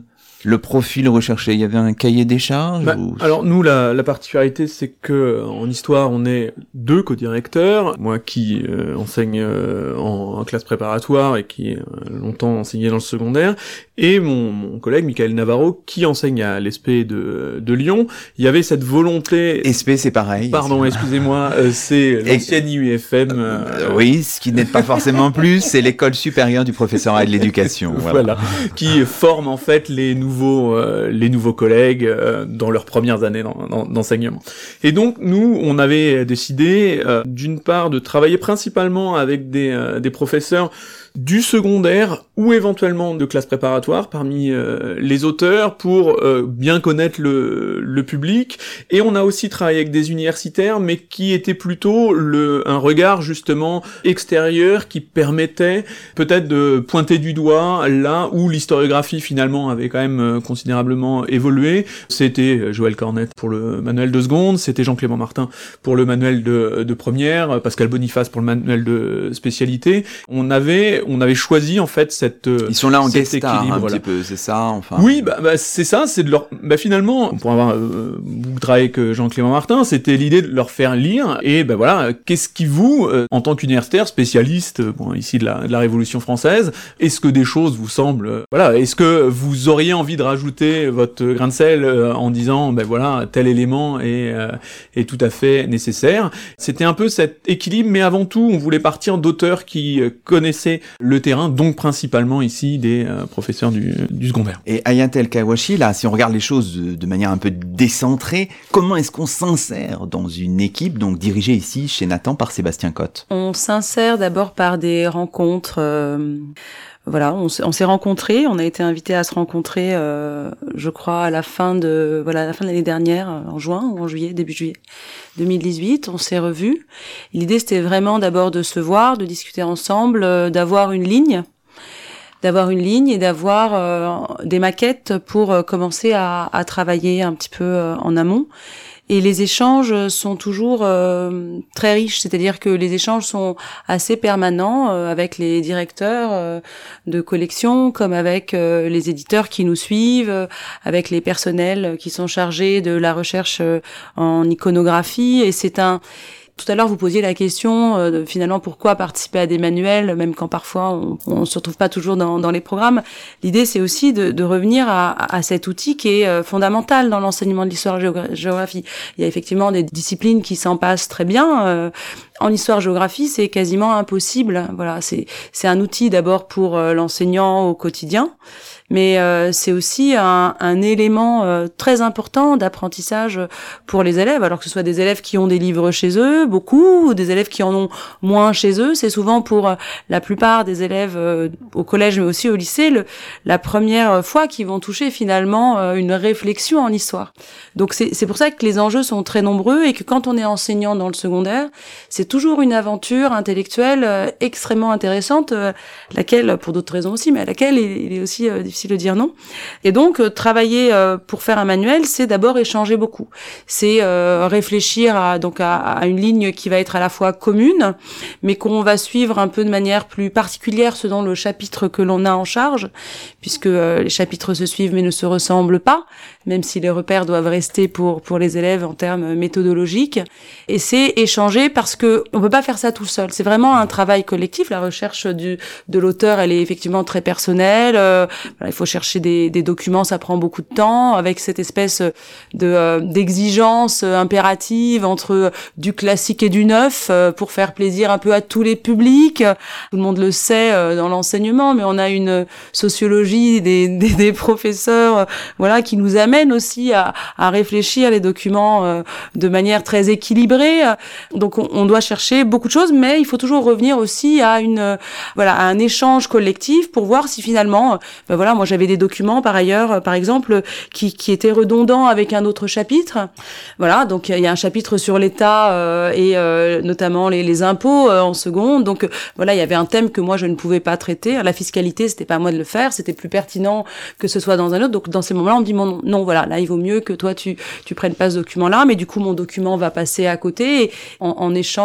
Le profil recherché, il y avait un cahier des charges bah, ou... Alors nous, la, la particularité, c'est que en histoire, on est deux co-directeurs. Moi qui euh, enseigne euh, en, en classe préparatoire et qui a euh, longtemps enseigné dans le secondaire, et mon, mon collègue Michael Navarro qui enseigne à l'E S P de, de Lyon. Il y avait cette volonté... E S P, c'est pareil. Pardon, c'est... excusez-moi, euh, c'est l'ancienne I U F M. Euh... Euh, oui, ce qui n'est pas forcément plus, c'est l'école supérieure du professorat et de l'éducation. Voilà. Voilà, qui forme en fait les nouveaux euh, les nouveaux collègues euh, dans leurs premières années dans, dans, d'enseignement. Et donc nous, on avait décidé euh, d'une part de travailler principalement avec des euh, des professeurs du secondaire ou éventuellement de classe préparatoire parmi euh, les auteurs pour euh, bien connaître le, le public, et on a aussi travaillé avec des universitaires mais qui étaient plutôt le, un regard justement extérieur qui permettait peut-être de pointer du doigt là où l'historiographie finalement avait quand même euh, considérablement évolué. C'était Joël Cornette pour le manuel de seconde, c'était Jean-Clément Martin pour le manuel de, de première, Pascal Boniface pour le manuel de spécialité. On avait on avait choisi en fait cette ils sont là en guest star un voilà. petit peu, c'est ça, enfin. Oui, bah, bah c'est ça, c'est de leur bah finalement pour avoir euh, beaucoup travaillé avec Jean-Clément Martin, c'était l'idée de leur faire lire et bah voilà, qu'est-ce qui vous euh, en tant qu'universitaire spécialiste bon ici de la de la Révolution française, est-ce que des choses vous semblent euh, voilà, est-ce que vous auriez envie de rajouter votre grain de sel euh, en disant ben bah, voilà, tel élément est euh, est tout à fait nécessaire. C'était un peu cet équilibre, mais avant tout, on voulait partir d'auteurs qui euh, connaissaient le terrain, donc principalement ici des euh, professeurs du, du secondaire. Et Ayat El-Kawashi, là, si on regarde les choses de, de manière un peu décentrée, comment est-ce qu'on s'insère dans une équipe, donc dirigée ici chez Nathan par Sébastien Cotte? On s'insère d'abord par des rencontres. Euh... Voilà, on, on s'est rencontrés, on a été invités à se rencontrer, euh, je crois, à la fin de voilà, à la fin de l'année dernière, en juin ou en juillet, début juillet deux mille dix-huit. On s'est revus. L'idée, c'était vraiment d'abord de se voir, de discuter ensemble, euh, d'avoir une ligne, d'avoir une ligne et d'avoir euh, des maquettes pour euh, commencer à, à travailler un petit peu euh, en amont. Et les échanges sont toujours euh, très riches, c'est-à-dire que les échanges sont assez permanents euh, avec les directeurs euh, de collection, comme avec euh, les éditeurs qui nous suivent, euh, avec les personnels qui sont chargés de la recherche euh, en iconographie. Et c'est un... Tout à l'heure, vous posiez la question, euh, finalement, pourquoi participer à des manuels, même quand parfois on, on se retrouve pas toujours dans, dans les programmes. L'idée, c'est aussi de, de revenir à, à cet outil qui est euh, fondamental dans l'enseignement de l'histoire-géographie. Il y a effectivement des disciplines qui s'en passent très bien. Euh, en histoire-géographie, c'est quasiment impossible. Voilà, c'est c'est un outil d'abord pour euh, l'enseignant au quotidien, mais euh, c'est aussi un, un élément euh, très important d'apprentissage pour les élèves, alors que ce soit des élèves qui ont des livres chez eux, beaucoup, ou des élèves qui en ont moins chez eux. C'est souvent pour euh, la plupart des élèves euh, au collège, mais aussi au lycée, le, la première fois qu'ils vont toucher finalement euh, une réflexion en histoire. Donc c'est, c'est pour ça que les enjeux sont très nombreux et que quand on est enseignant dans le secondaire, c'est toujours une aventure intellectuelle euh, extrêmement intéressante, euh, laquelle, pour d'autres raisons aussi, mais à laquelle il, il est aussi euh, difficile de dire non. Et donc, euh, travailler euh, pour faire un manuel, c'est d'abord échanger beaucoup. C'est euh, réfléchir à, donc à, à une ligne qui va être à la fois commune, mais qu'on va suivre un peu de manière plus particulière selon le chapitre que l'on a en charge, puisque euh, les chapitres se suivent mais ne se ressemblent pas, même si les repères doivent rester pour pour les élèves en termes méthodologiques. Et c'est échanger parce que on peut pas faire ça tout seul. C'est vraiment un travail collectif. La recherche du de l'auteur, elle est effectivement très personnelle. Euh, voilà, il faut chercher des des documents, ça prend beaucoup de temps, avec cette espèce de euh, d'exigence impérative entre du classique et du neuf euh, pour faire plaisir un peu à tous les publics. Tout le monde le sait euh, dans l'enseignement, mais on a une sociologie des des, des professeurs, euh, voilà, qui nous amène aussi à, à réfléchir les documents euh, de manière très équilibrée. Donc on, on doit chercher beaucoup de choses, mais il faut toujours revenir aussi à une euh, voilà à un échange collectif pour voir si finalement, euh, ben voilà, moi j'avais des documents par ailleurs, euh, par exemple, qui qui étaient redondants avec un autre chapitre. Voilà, donc il y a un chapitre sur l'État euh, et euh, notamment les, les impôts euh, en seconde. Donc euh, voilà, il y avait un thème que moi je ne pouvais pas traiter. La fiscalité, c'était pas à moi de le faire, c'était plus pertinent que ce soit dans un autre. Donc dans ces moments-là, on me dit non, non, voilà, là il vaut mieux que toi tu tu prennes pas ce document-là, mais du coup mon document va passer à côté et en, en échange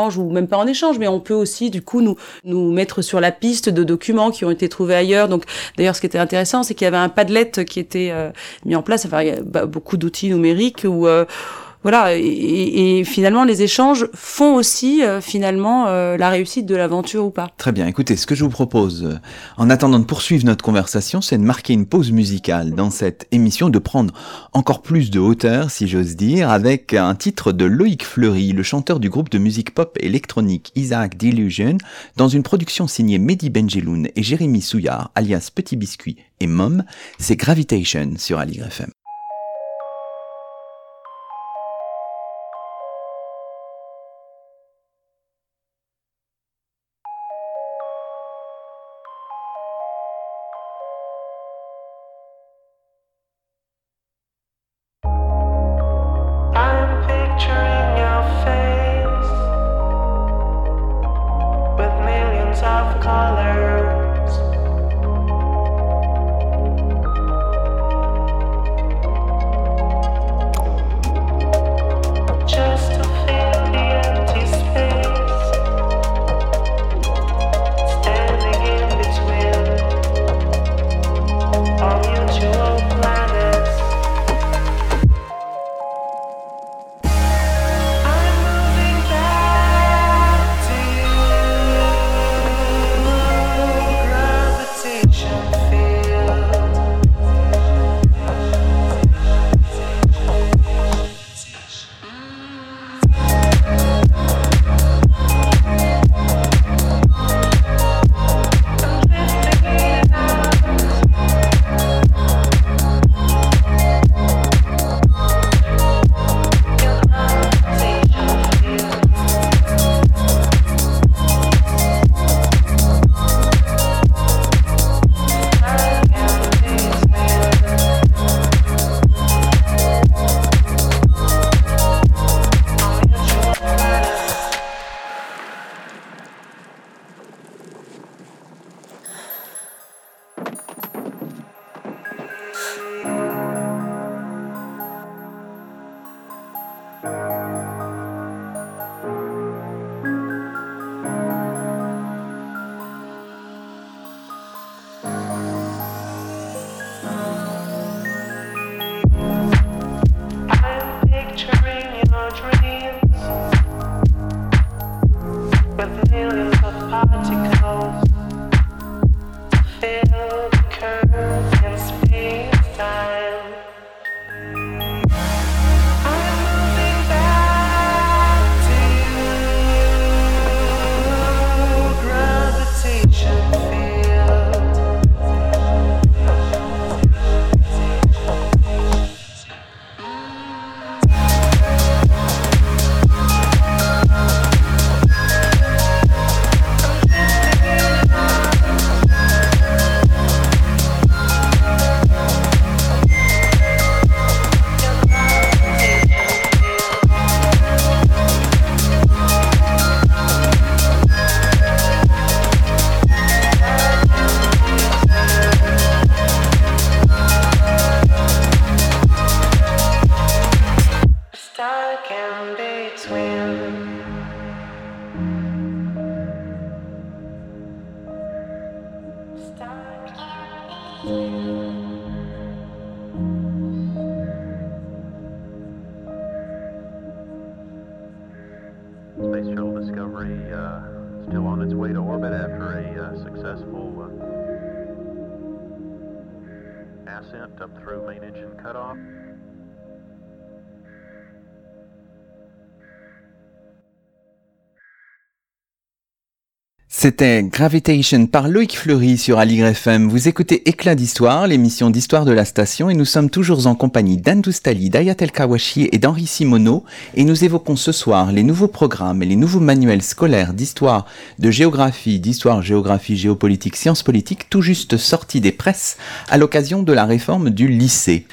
échange, ou même pas en échange, mais on peut aussi du coup nous nous mettre sur la piste de documents qui ont été trouvés ailleurs. Donc d'ailleurs, ce qui était intéressant, c'est qu'il y avait un Padlet qui était euh, mis en place. Enfin, il y a bah, beaucoup d'outils numériques où euh, voilà, et, et finalement les échanges font aussi euh, finalement euh, la réussite de l'aventure ou pas. Très bien, écoutez, ce que je vous propose, euh, en attendant de poursuivre notre conversation, c'est de marquer une pause musicale dans cette émission, de prendre encore plus de hauteur, si j'ose dire, avec un titre de Loïc Fleury, le chanteur du groupe de musique pop électronique Isaac Delusion, dans une production signée Mehdi Benjeloun et Jérémy Souillard, alias Petit Biscuit et Mom, c'est Gravitation sur Aligre F M. Space Shuttle Discovery uh, still on its way to orbit after a uh, successful uh, ascent up through main engine cutoff. C'était Gravitation par Loïc Fleury sur Aligre F M. Vous écoutez Éclat d'Histoire, l'émission d'histoire de la station, et nous sommes toujours en compagnie d'Anne Doustali, d'Ayat El Kawashi et d'Henri Simoneau, et nous évoquons ce soir les nouveaux programmes et les nouveaux manuels scolaires d'histoire, de géographie, d'histoire, géographie, géopolitique, sciences politiques, tout juste sortis des presses à l'occasion de la réforme du lycée.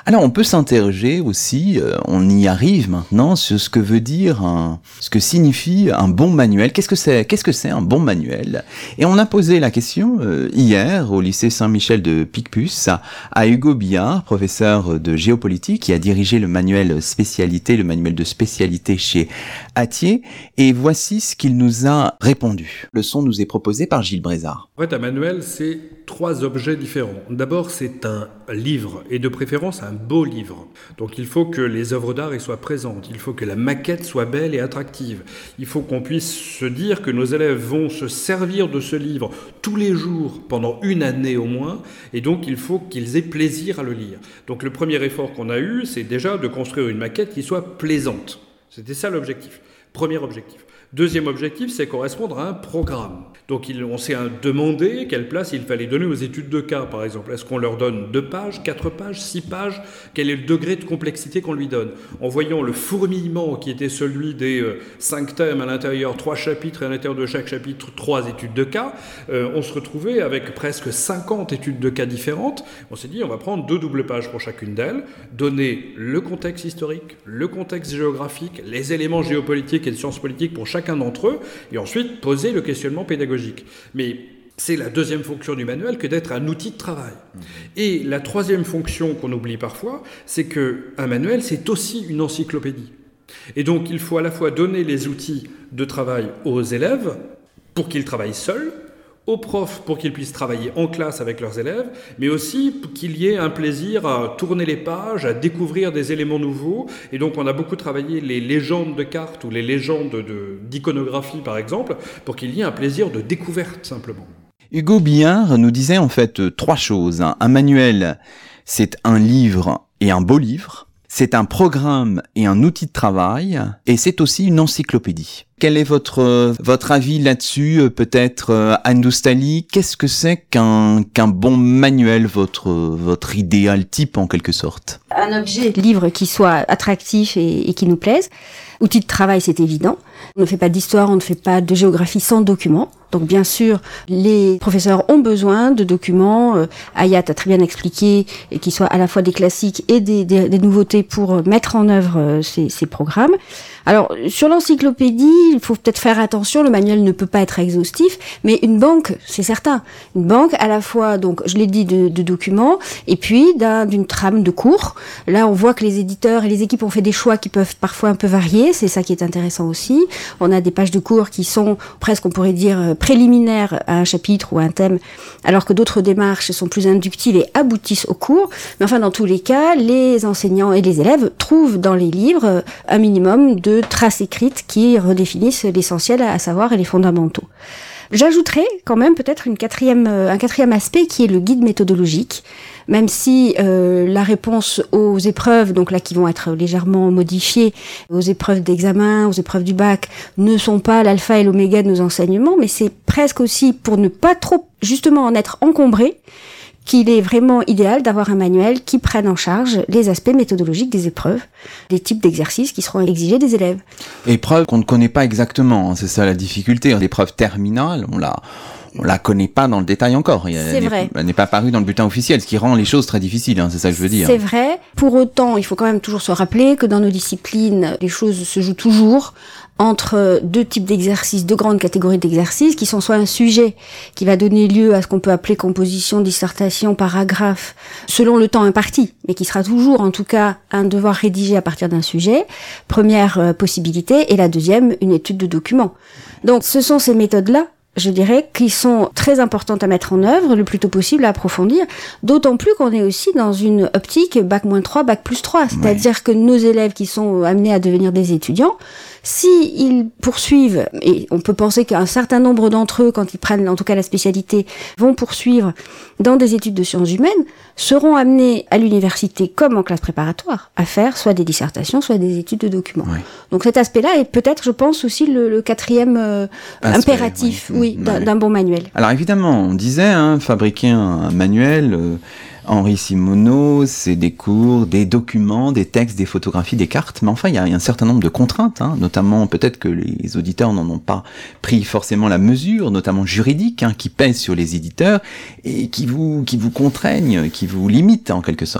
Alors on peut s'interroger aussi, euh, on y arrive maintenant, sur ce que veut dire, un, ce que signifie un bon manuel. Qu'est-ce que c'est, qu'est-ce que c'est un bon manuel? Et on a posé la question euh, hier au lycée Saint-Michel de Picpus à, à Hugo Billard, professeur de géopolitique, qui a dirigé le manuel spécialité, le manuel de spécialité chez Hatier. Et voici ce qu'il nous a répondu. Le son nous est proposé par Gilles Brézard. En fait, un manuel, c'est trois objets différents. D'abord, c'est un livre, et de préférence un beau livre. Donc il faut que les œuvres d'art y soient présentes, il faut que la maquette soit belle et attractive, il faut qu'on puisse se dire que nos élèves vont se servir de ce livre tous les jours pendant une année au moins, et donc il faut qu'ils aient plaisir à le lire. Donc le premier effort qu'on a eu, c'est déjà de construire une maquette qui soit plaisante. C'était ça l'objectif, premier objectif. Deuxième objectif, c'est correspondre à un programme. Donc il, on s'est demandé quelle place il fallait donner aux études de cas, par exemple. Est-ce qu'on leur donne deux pages, quatre pages, six pages? Quel est le degré de complexité qu'on lui donne? En voyant le fourmillement qui était celui des euh, cinq thèmes à l'intérieur, trois chapitres, et à l'intérieur de chaque chapitre, trois études de cas, euh, on se retrouvait avec presque cinquante études de cas différentes. On s'est dit, on va prendre deux doubles pages pour chacune d'elles, donner le contexte historique, le contexte géographique, les éléments géopolitiques et de sciences politiques pour chacun d'entre eux, et ensuite poser le questionnement pédagogique. Mais c'est la deuxième fonction du manuel que d'être un outil de travail. Mmh. Et la troisième fonction qu'on oublie parfois, c'est qu'un manuel, c'est aussi une encyclopédie. Et donc, il faut à la fois donner les outils de travail aux élèves pour qu'ils travaillent seuls, aux profs pour qu'ils puissent travailler en classe avec leurs élèves, mais aussi pour qu'il y ait un plaisir à tourner les pages, à découvrir des éléments nouveaux. Et donc on a beaucoup travaillé les légendes de cartes ou les légendes de, d'iconographie par exemple, pour qu'il y ait un plaisir de découverte simplement. Hugo Billard nous disait en fait trois choses. Un manuel, c'est un livre et un beau livre. C'est un programme et un outil de travail, et c'est aussi une encyclopédie. Quel est votre votre avis là-dessus, peut-être Anne Doustali? Qu'est-ce que c'est qu'un qu'un bon manuel, votre votre idéal type en quelque sorte? Un objet livre qui soit attractif et, et qui nous plaise. Outil de travail, c'est évident. On ne fait pas d'histoire, on ne fait pas de géographie sans documents. Donc bien sûr, les professeurs ont besoin de documents. Euh, Hayat a très bien expliqué, et qui soient à la fois des classiques et des, des, des nouveautés pour mettre en œuvre euh, ces, ces programmes. Alors sur l'encyclopédie, il faut peut-être faire attention. Le manuel ne peut pas être exhaustif, mais une banque, c'est certain. Une banque à la fois, donc je l'ai dit, de, de documents, et puis d'un, d'une trame de cours. Là, on voit que les éditeurs et les équipes ont fait des choix qui peuvent parfois un peu varier. C'est ça qui est intéressant aussi. On a des pages de cours qui sont presque, on pourrait dire, préliminaires à un chapitre ou à un thème, alors que d'autres démarches sont plus inductives et aboutissent au cours. Mais enfin, dans tous les cas, les enseignants et les élèves trouvent dans les livres un minimum de traces écrites qui redéfinissent l'essentiel, à savoir les fondamentaux. J'ajouterais quand même peut-être une quatrième, un quatrième aspect qui est le guide méthodologique. Même si euh, la réponse aux épreuves, donc là qui vont être légèrement modifiées, aux épreuves d'examen, aux épreuves du bac, ne sont pas l'alpha et l'oméga de nos enseignements, mais c'est presque aussi pour ne pas trop justement en être encombré, qu'il est vraiment idéal d'avoir un manuel qui prenne en charge les aspects méthodologiques des épreuves, les types d'exercices qui seront exigés des élèves. Épreuve qu'on ne connaît pas exactement, hein, c'est ça la difficulté. L'épreuve terminale, on l'a... On la connaît pas dans le détail encore. Elle c'est vrai. Elle n'est pas parue dans le bulletin officiel, ce qui rend les choses très difficiles, hein, c'est ça que je veux dire. C'est vrai. Pour autant, il faut quand même toujours se rappeler que dans nos disciplines, les choses se jouent toujours entre deux types d'exercices, deux grandes catégories d'exercices, qui sont soit un sujet qui va donner lieu à ce qu'on peut appeler composition, dissertation, paragraphe, selon le temps imparti, mais qui sera toujours, en tout cas, un devoir rédigé à partir d'un sujet, première euh, possibilité, et la deuxième, une étude de document. Donc, ce sont ces méthodes-là, je dirais, qui sont très importantes à mettre en œuvre, le plus tôt possible à approfondir, d'autant plus qu'on est aussi dans une optique bac moins trois, bac plus trois, c'est-à-dire ouais. que nos élèves qui sont amenés à devenir des étudiants, si ils poursuivent, et on peut penser qu'un certain nombre d'entre eux, quand ils prennent en tout cas la spécialité, vont poursuivre dans des études de sciences humaines, seront amenés à l'université comme en classe préparatoire à faire soit des dissertations, soit des études de documents. Oui. Donc cet aspect-là est peut-être, je pense, aussi le, le quatrième euh, Aspect, impératif oui. Oui, oui, d'un, d'un bon manuel. Alors évidemment, on disait, hein, fabriquer un, un manuel... Euh, Henri Simoneau, c'est des cours, des documents, des textes, des photographies, des cartes, mais enfin il y a un certain nombre de contraintes, hein, notamment peut-être que les auditeurs n'en ont pas pris forcément la mesure, notamment juridiques, hein, qui pèsent sur les éditeurs et qui vous qui vous contraignent, qui vous limitent en quelque sorte.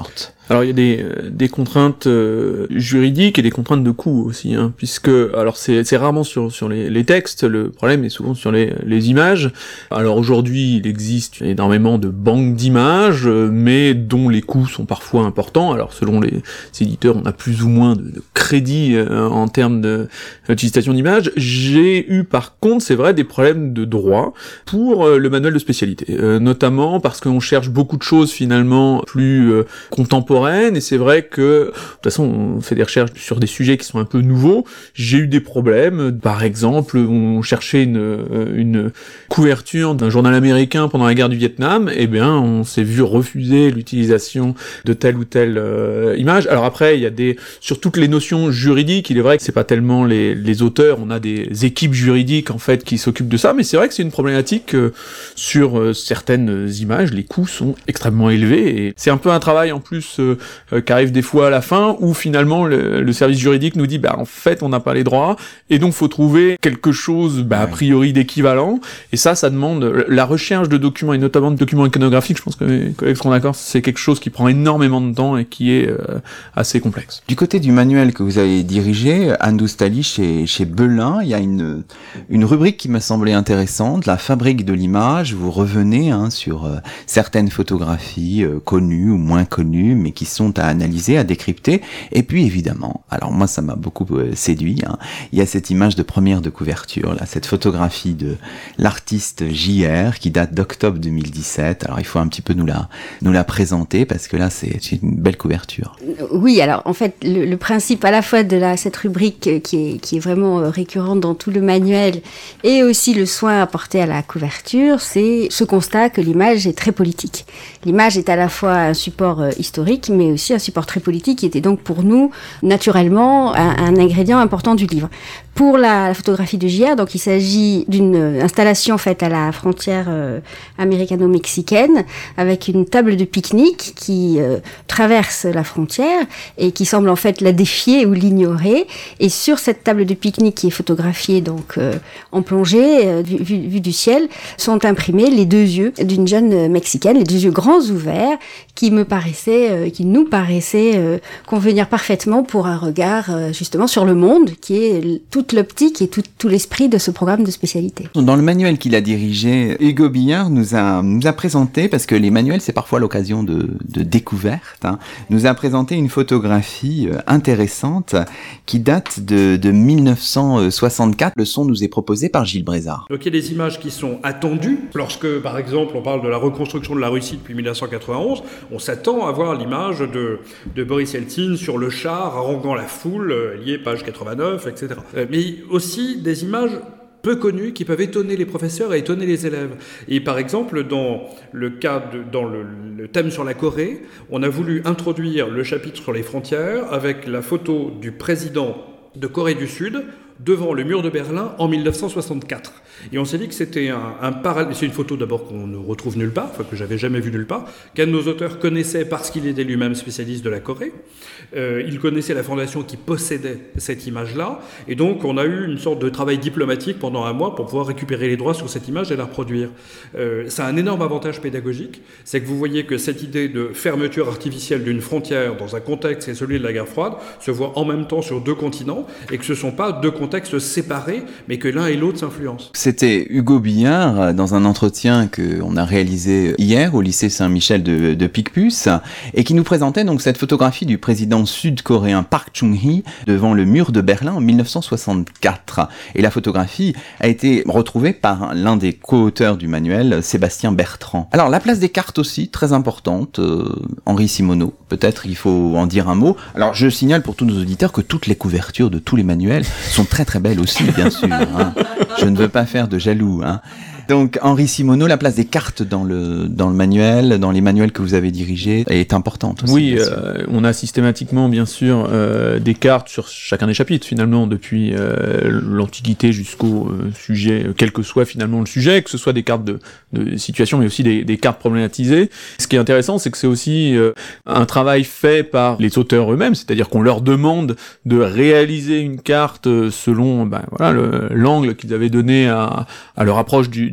Alors il y a des, des contraintes euh, juridiques et des contraintes de coût aussi, hein, puisque alors c'est, c'est rarement sur, sur les, les textes, le problème est souvent sur les, les images. Alors aujourd'hui il existe énormément de banques d'images, euh, mais dont les coûts sont parfois importants. Alors selon les éditeurs, on a plus ou moins de, de crédit euh, en termes de, d'utilisation d'images. J'ai eu par contre, c'est vrai, des problèmes de droit pour euh, le manuel de spécialité, euh, notamment parce qu'on cherche beaucoup de choses finalement plus euh, contemporaines, et c'est vrai que de toute façon on fait des recherches sur des sujets qui sont un peu nouveaux. J'ai eu des problèmes, par exemple on cherchait une, une couverture d'un journal américain pendant la guerre du Vietnam, et bien on s'est vu refuser l'utilisation de telle ou telle euh, image. Alors après il y a des, sur toutes les notions juridiques, il est vrai que c'est pas tellement les, les auteurs, on a des équipes juridiques en fait qui s'occupent de ça, mais c'est vrai que c'est une problématique euh, sur euh, certaines images, les coûts sont extrêmement élevés, et c'est un peu un travail en plus euh, euh, qui arrive des fois à la fin, où finalement le, le service juridique nous dit bah en fait on n'a pas les droits, et donc faut trouver quelque chose bah, a priori d'équivalent, et ça ça demande la recherche de documents, et notamment de documents iconographiques. Je pense que mes collègues seront d'accord, c'est quelque chose qui prend énormément de temps et qui est euh, assez complexe. Du côté du manuel que vous avez dirigé, Anne Doustali, chez, chez Belin, il y a une, une rubrique qui m'a semblé intéressante, la fabrique de l'image. Vous revenez hein, sur euh, certaines photographies euh, connues ou moins connues, mais qui sont à analyser, à décrypter. Et puis évidemment, alors moi ça m'a beaucoup euh, séduit, hein, il y a cette image de première de couverture, là, cette photographie de l'artiste J R qui date d'octobre deux mille dix-sept. Alors il faut un petit peu nous la, nous la présenter, parce que là c'est une belle couverture. Oui, alors en fait le, le principe à la fois de la, cette rubrique qui est, qui est vraiment récurrente dans tout le manuel, et aussi le soin apporté à la couverture, c'est ce constat que l'image est très politique. L'image est à la fois un support euh, historique, mais aussi un support très politique, qui était donc pour nous naturellement un, un ingrédient important du livre. Pour la photographie de J R, donc il s'agit d'une installation faite à la frontière euh, américano-mexicaine, avec une table de pique-nique qui euh, traverse la frontière et qui semble en fait la défier ou l'ignorer. Et sur cette table de pique-nique qui est photographiée donc euh, en plongée, euh, vue, vue, vue du ciel, sont imprimés les deux yeux d'une jeune mexicaine, les deux yeux grands ouverts, qui me paraissaient, euh, qui nous paraissaient euh, convenir parfaitement pour un regard euh, justement sur le monde, qui est toute l'optique et tout, tout l'esprit de ce programme de spécialité. Dans le manuel qu'il a dirigé, Hugo Billard nous a, nous a présenté, parce que les manuels c'est parfois l'occasion de, de découverte, hein, nous a présenté une photographie euh, intéressante qui date de, de mille neuf cent soixante-quatre. Le son nous est proposé par Gilles Brézard. Donc il y a des images qui sont attendues. Lorsque, par exemple, on parle de la reconstruction de la Russie depuis mille neuf cent quatre-vingt-onze, on s'attend à voir l'image de, de Boris Yeltsin sur le char, haranguant la foule, liée page quatre-vingt-neuf, et cetera. Mais aussi des images peu connus qui peuvent étonner les professeurs et étonner les élèves. Et par exemple, dans le cas de, dans le, le thème sur la Corée, on a voulu introduire le chapitre sur les frontières avec la photo du président de Corée du Sud devant le mur de Berlin en mille neuf cent soixante-quatre. Et on s'est dit que c'était un, un parallèle. C'est une photo d'abord qu'on ne retrouve nulle part, enfin que j'avais jamais vue nulle part, qu'un de nos auteurs connaissait parce qu'il était lui-même spécialiste de la Corée. Euh, il connaissait la fondation qui possédait cette image-là, et donc on a eu une sorte de travail diplomatique pendant un mois pour pouvoir récupérer les droits sur cette image et la reproduire. Euh, ça a un énorme avantage pédagogique, c'est que vous voyez que cette idée de fermeture artificielle d'une frontière dans un contexte qui est celui de la guerre froide se voit en même temps sur deux continents, et que ce ne sont pas deux contextes séparés, mais que l'un et l'autre s'influencent. C'était Hugo Billard dans un entretien qu'on a réalisé hier au lycée Saint-Michel de, de Picpus, et qui nous présentait donc cette photographie du président sud-coréen Park Chung-hee devant le mur de Berlin en mille neuf cent soixante-quatre. Et la photographie a été retrouvée par l'un des co-auteurs du manuel, Sébastien Bertrand. Alors la place des cartes aussi, très importante, euh, Henri Simoneau, peut-être il faut en dire un mot. Alors je signale pour tous nos auditeurs que toutes les couvertures de tous les manuels sont très très belles aussi, bien sûr. Hein. Je ne veux pas faire de jaloux, hein. Donc Henri Simoneau, la place des cartes dans le dans le manuel, dans les manuels que vous avez dirigés, est importante aussi. Oui, euh, on a systématiquement bien sûr euh, des cartes sur chacun des chapitres finalement, depuis euh, l'Antiquité jusqu'au euh, sujet, quel que soit finalement le sujet, que ce soit des cartes de, de situation, mais aussi des, des cartes problématisées. Ce qui est intéressant, c'est que c'est aussi euh, un travail fait par les auteurs eux-mêmes, c'est-à-dire qu'on leur demande de réaliser une carte selon ben, voilà, le, l'angle qu'ils avaient donné à, à leur approche du, du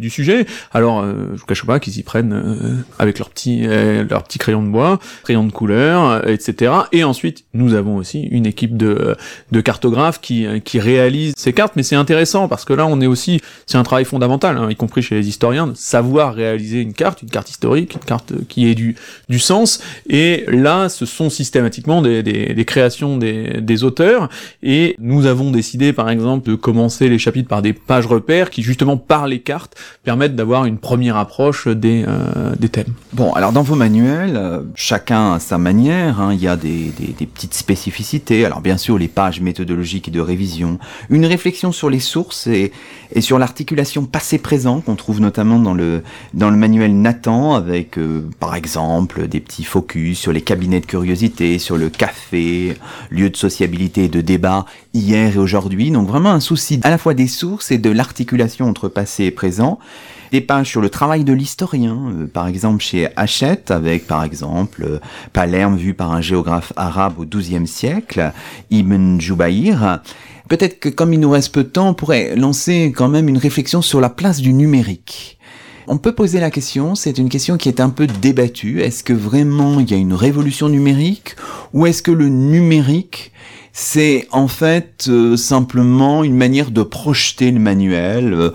du sujet. Alors, euh, je vous cache pas qu'ils y prennent euh, avec leurs petits, euh, leurs petits crayons de bois, crayons de couleur, euh, et cetera. Et ensuite, nous avons aussi une équipe de, de cartographes qui, qui réalise ces cartes, mais c'est intéressant parce que là, on est aussi, c'est un travail fondamental, hein, y compris chez les historiens, de savoir réaliser une carte, une carte historique, une carte qui ait du, du sens. Et là, ce sont systématiquement des, des, des créations des, des auteurs. Et nous avons décidé, par exemple, de commencer les chapitres par des pages repères qui, justement, par les cartes, permettent d'avoir une première approche des, euh, des thèmes. Bon, alors dans vos manuels, euh, chacun à sa manière, hein, il y a des, des, des petites spécificités. Alors bien sûr, les pages méthodologiques et de révision, une réflexion sur les sources et, et sur l'articulation passé-présent qu'on trouve notamment dans le, dans le manuel Nathan, avec euh, par exemple des petits focus sur les cabinets de curiosité, sur le café, lieu de sociabilité et de débat hier et aujourd'hui. Donc vraiment un souci à la fois des sources et de l'articulation entre passé et présent. Des pages sur le travail de l'historien, euh, par exemple chez Hachette, avec par exemple euh, Palerme vu par un géographe arabe au douzième siècle, Ibn Jubayr. Peut-être que comme il nous reste peu de temps, on pourrait lancer quand même une réflexion sur la place du numérique. On peut poser la question, c'est une question qui est un peu débattue, est-ce que vraiment il y a une révolution numérique, ou est-ce que le numérique c'est en fait euh, simplement une manière de projeter le manuel, euh,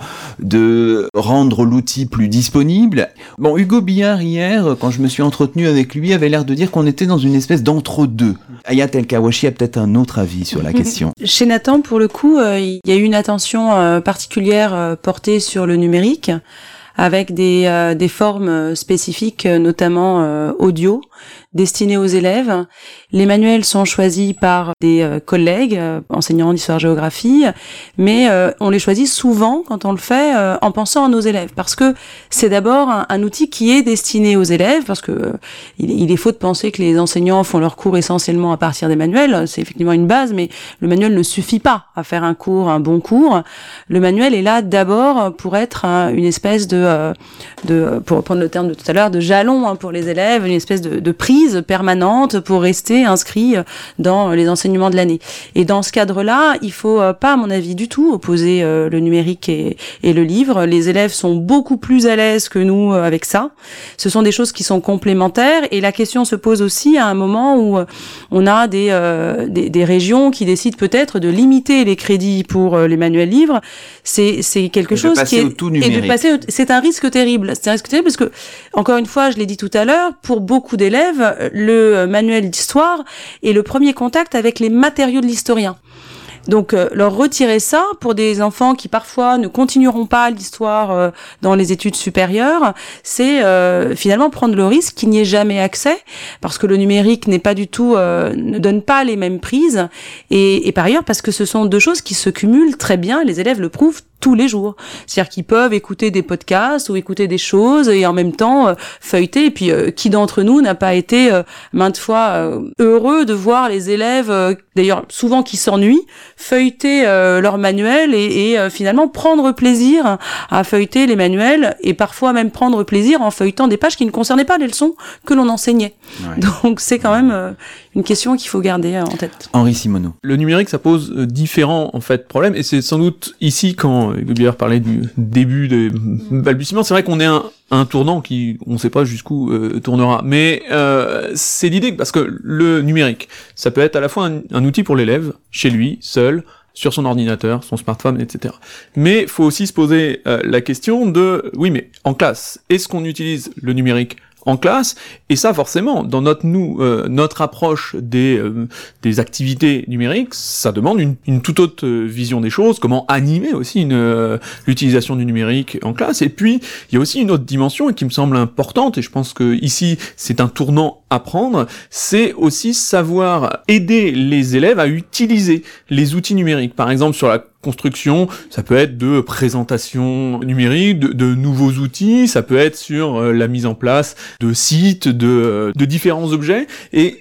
de rendre l'outil plus disponible. Bon, Hugo Billard hier, quand je me suis entretenu avec lui, avait l'air de dire qu'on était dans une espèce d'entre-deux. Ayat El-Kawashi a peut-être un autre avis sur la question. Chez Nathan, pour le coup, euh, il y a eu une attention euh, particulière euh, portée sur le numérique, avec des, euh, des formes spécifiques, notamment euh, audio, destinées aux élèves. Les manuels sont choisis par des euh, collègues, euh, enseignants d'histoire-géographie, mais euh, on les choisit souvent, quand on le fait, euh, en pensant à nos élèves, parce que c'est d'abord un, un outil qui est destiné aux élèves, parce que euh, il, il est faux de penser que les enseignants font leurs cours essentiellement à partir des manuels. C'est effectivement une base, mais le manuel ne suffit pas à faire un cours, un bon cours. Le manuel est là d'abord pour être hein, une espèce de, euh, de, pour reprendre le terme de tout à l'heure, de jalon hein, pour les élèves, une espèce de, de prise permanente pour rester inscrit dans les enseignements de l'année. Et dans ce cadre-là, il faut pas, à mon avis, du tout opposer euh, le numérique et, et le livre. Les élèves sont beaucoup plus à l'aise que nous euh, avec ça. Ce sont des choses qui sont complémentaires, et la question se pose aussi à un moment où euh, on a des, euh, des, des régions qui décident peut-être de limiter les crédits pour euh, les manuels livres. C'est, c'est quelque et chose qui est... Au tout numérique. Et de passer au, c'est un risque terrible. C'est un risque terrible parce que, encore une fois, je l'ai dit tout à l'heure, pour beaucoup d'élèves, le manuel d'histoire est le premier contact avec les matériaux de l'historien. Donc euh, leur retirer ça pour des enfants qui parfois ne continueront pas l'histoire euh, dans les études supérieures, c'est euh, finalement prendre le risque qu'il n'y ait jamais accès, parce que le numérique n'est pas du tout euh, ne donne pas les mêmes prises, et, et par ailleurs parce que ce sont deux choses qui se cumulent très bien, les élèves le prouvent tous les jours. C'est-à-dire qu'ils peuvent écouter des podcasts ou écouter des choses et en même temps euh, feuilleter. Et puis, euh, qui d'entre nous n'a pas été euh, maintes fois euh, heureux de voir les élèves, euh, d'ailleurs souvent qui s'ennuient, feuilleter euh, leur manuel et, et euh, finalement prendre plaisir à feuilleter les manuels, et parfois même prendre plaisir en feuilletant des pages qui ne concernaient pas les leçons que l'on enseignait. Ouais. Donc c'est quand même euh, une question qu'il faut garder euh, en tête. Henri Simoneau. Le numérique, ça pose euh, différents en fait problèmes, et c'est sans doute ici quand Hugo Billard parlait du début des balbutiements, c'est vrai qu'on est un, un tournant qui, on ne sait pas jusqu'où euh, tournera, mais euh, c'est l'idée, parce que le numérique, ça peut être à la fois un, un outil pour l'élève, chez lui, seul, sur son ordinateur, son smartphone, et cetera. Mais faut aussi se poser euh, la question de, oui, mais en classe, est-ce qu'on utilise le numérique en classe? Et ça, forcément, dans notre nous, euh, notre approche des euh, des activités numériques, ça demande une, une toute autre vision des choses. Comment animer aussi une euh, l'utilisation du numérique en classe. Et puis, il y a aussi une autre dimension qui me semble importante, et je pense que ici, c'est un tournant à prendre. C'est aussi savoir aider les élèves à utiliser les outils numériques. Par exemple, sur la construction, ça peut être de présentation numérique, de, de nouveaux outils, ça peut être sur euh, la mise en place de sites, de, de différents objets, et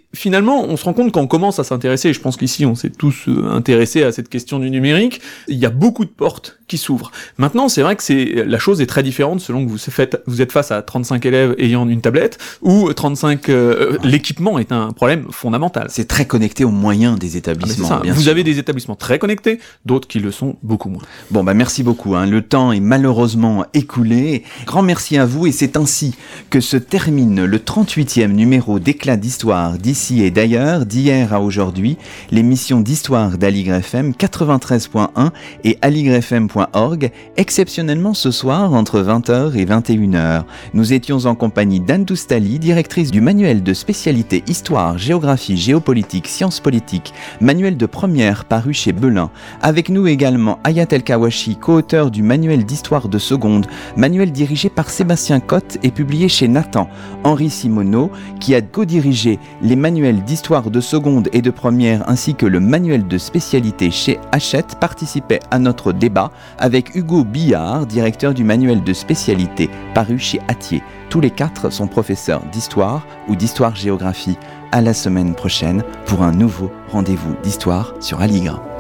finalement, on se rend compte quand on commence à s'intéresser, et je pense qu'ici on s'est tous euh, intéressés à cette question du numérique, il y a beaucoup de portes qui s'ouvrent. Maintenant, c'est vrai que c'est la chose est très différente selon que vous faites, vous êtes face à trente-cinq élèves ayant une tablette, ou trente-cinq, euh, l'équipement est un problème fondamental. C'est très connecté aux moyens des établissements. Ah, bien vous sûr. avez des établissements très connectés, d'autres qui le sont beaucoup moins. Bon, bah merci beaucoup. Hein. Le temps est malheureusement écoulé. Grand merci à vous, et c'est ainsi que se termine le trente-huitième numéro d'Éclat d'Histoire d'ici et d'ailleurs, d'hier à aujourd'hui, l'émission d'Histoire d'Aligre F M quatre-vingt-treize point un et aligre f m point org, exceptionnellement ce soir entre vingt heures et vingt et une heures. Nous étions en compagnie d'Anne Doustali, directrice du manuel de spécialité Histoire, Géographie, Géopolitique, Sciences politiques, manuel de première paru chez Belin. Avec nous également Ayat El-Kawashi, co-auteur du manuel d'Histoire de seconde, manuel dirigé par Sébastien Cotte et publié chez Nathan. Henri Simoneau, qui a co-dirigé les manuels d'Histoire de seconde et de première ainsi que le manuel de spécialité chez Hachette, participait à notre débat avec Hugo Billard, directeur du manuel de spécialité paru chez Hatier. Tous les quatre sont professeurs d'histoire ou d'histoire-géographie. À la semaine prochaine pour un nouveau rendez-vous d'histoire sur Aligre.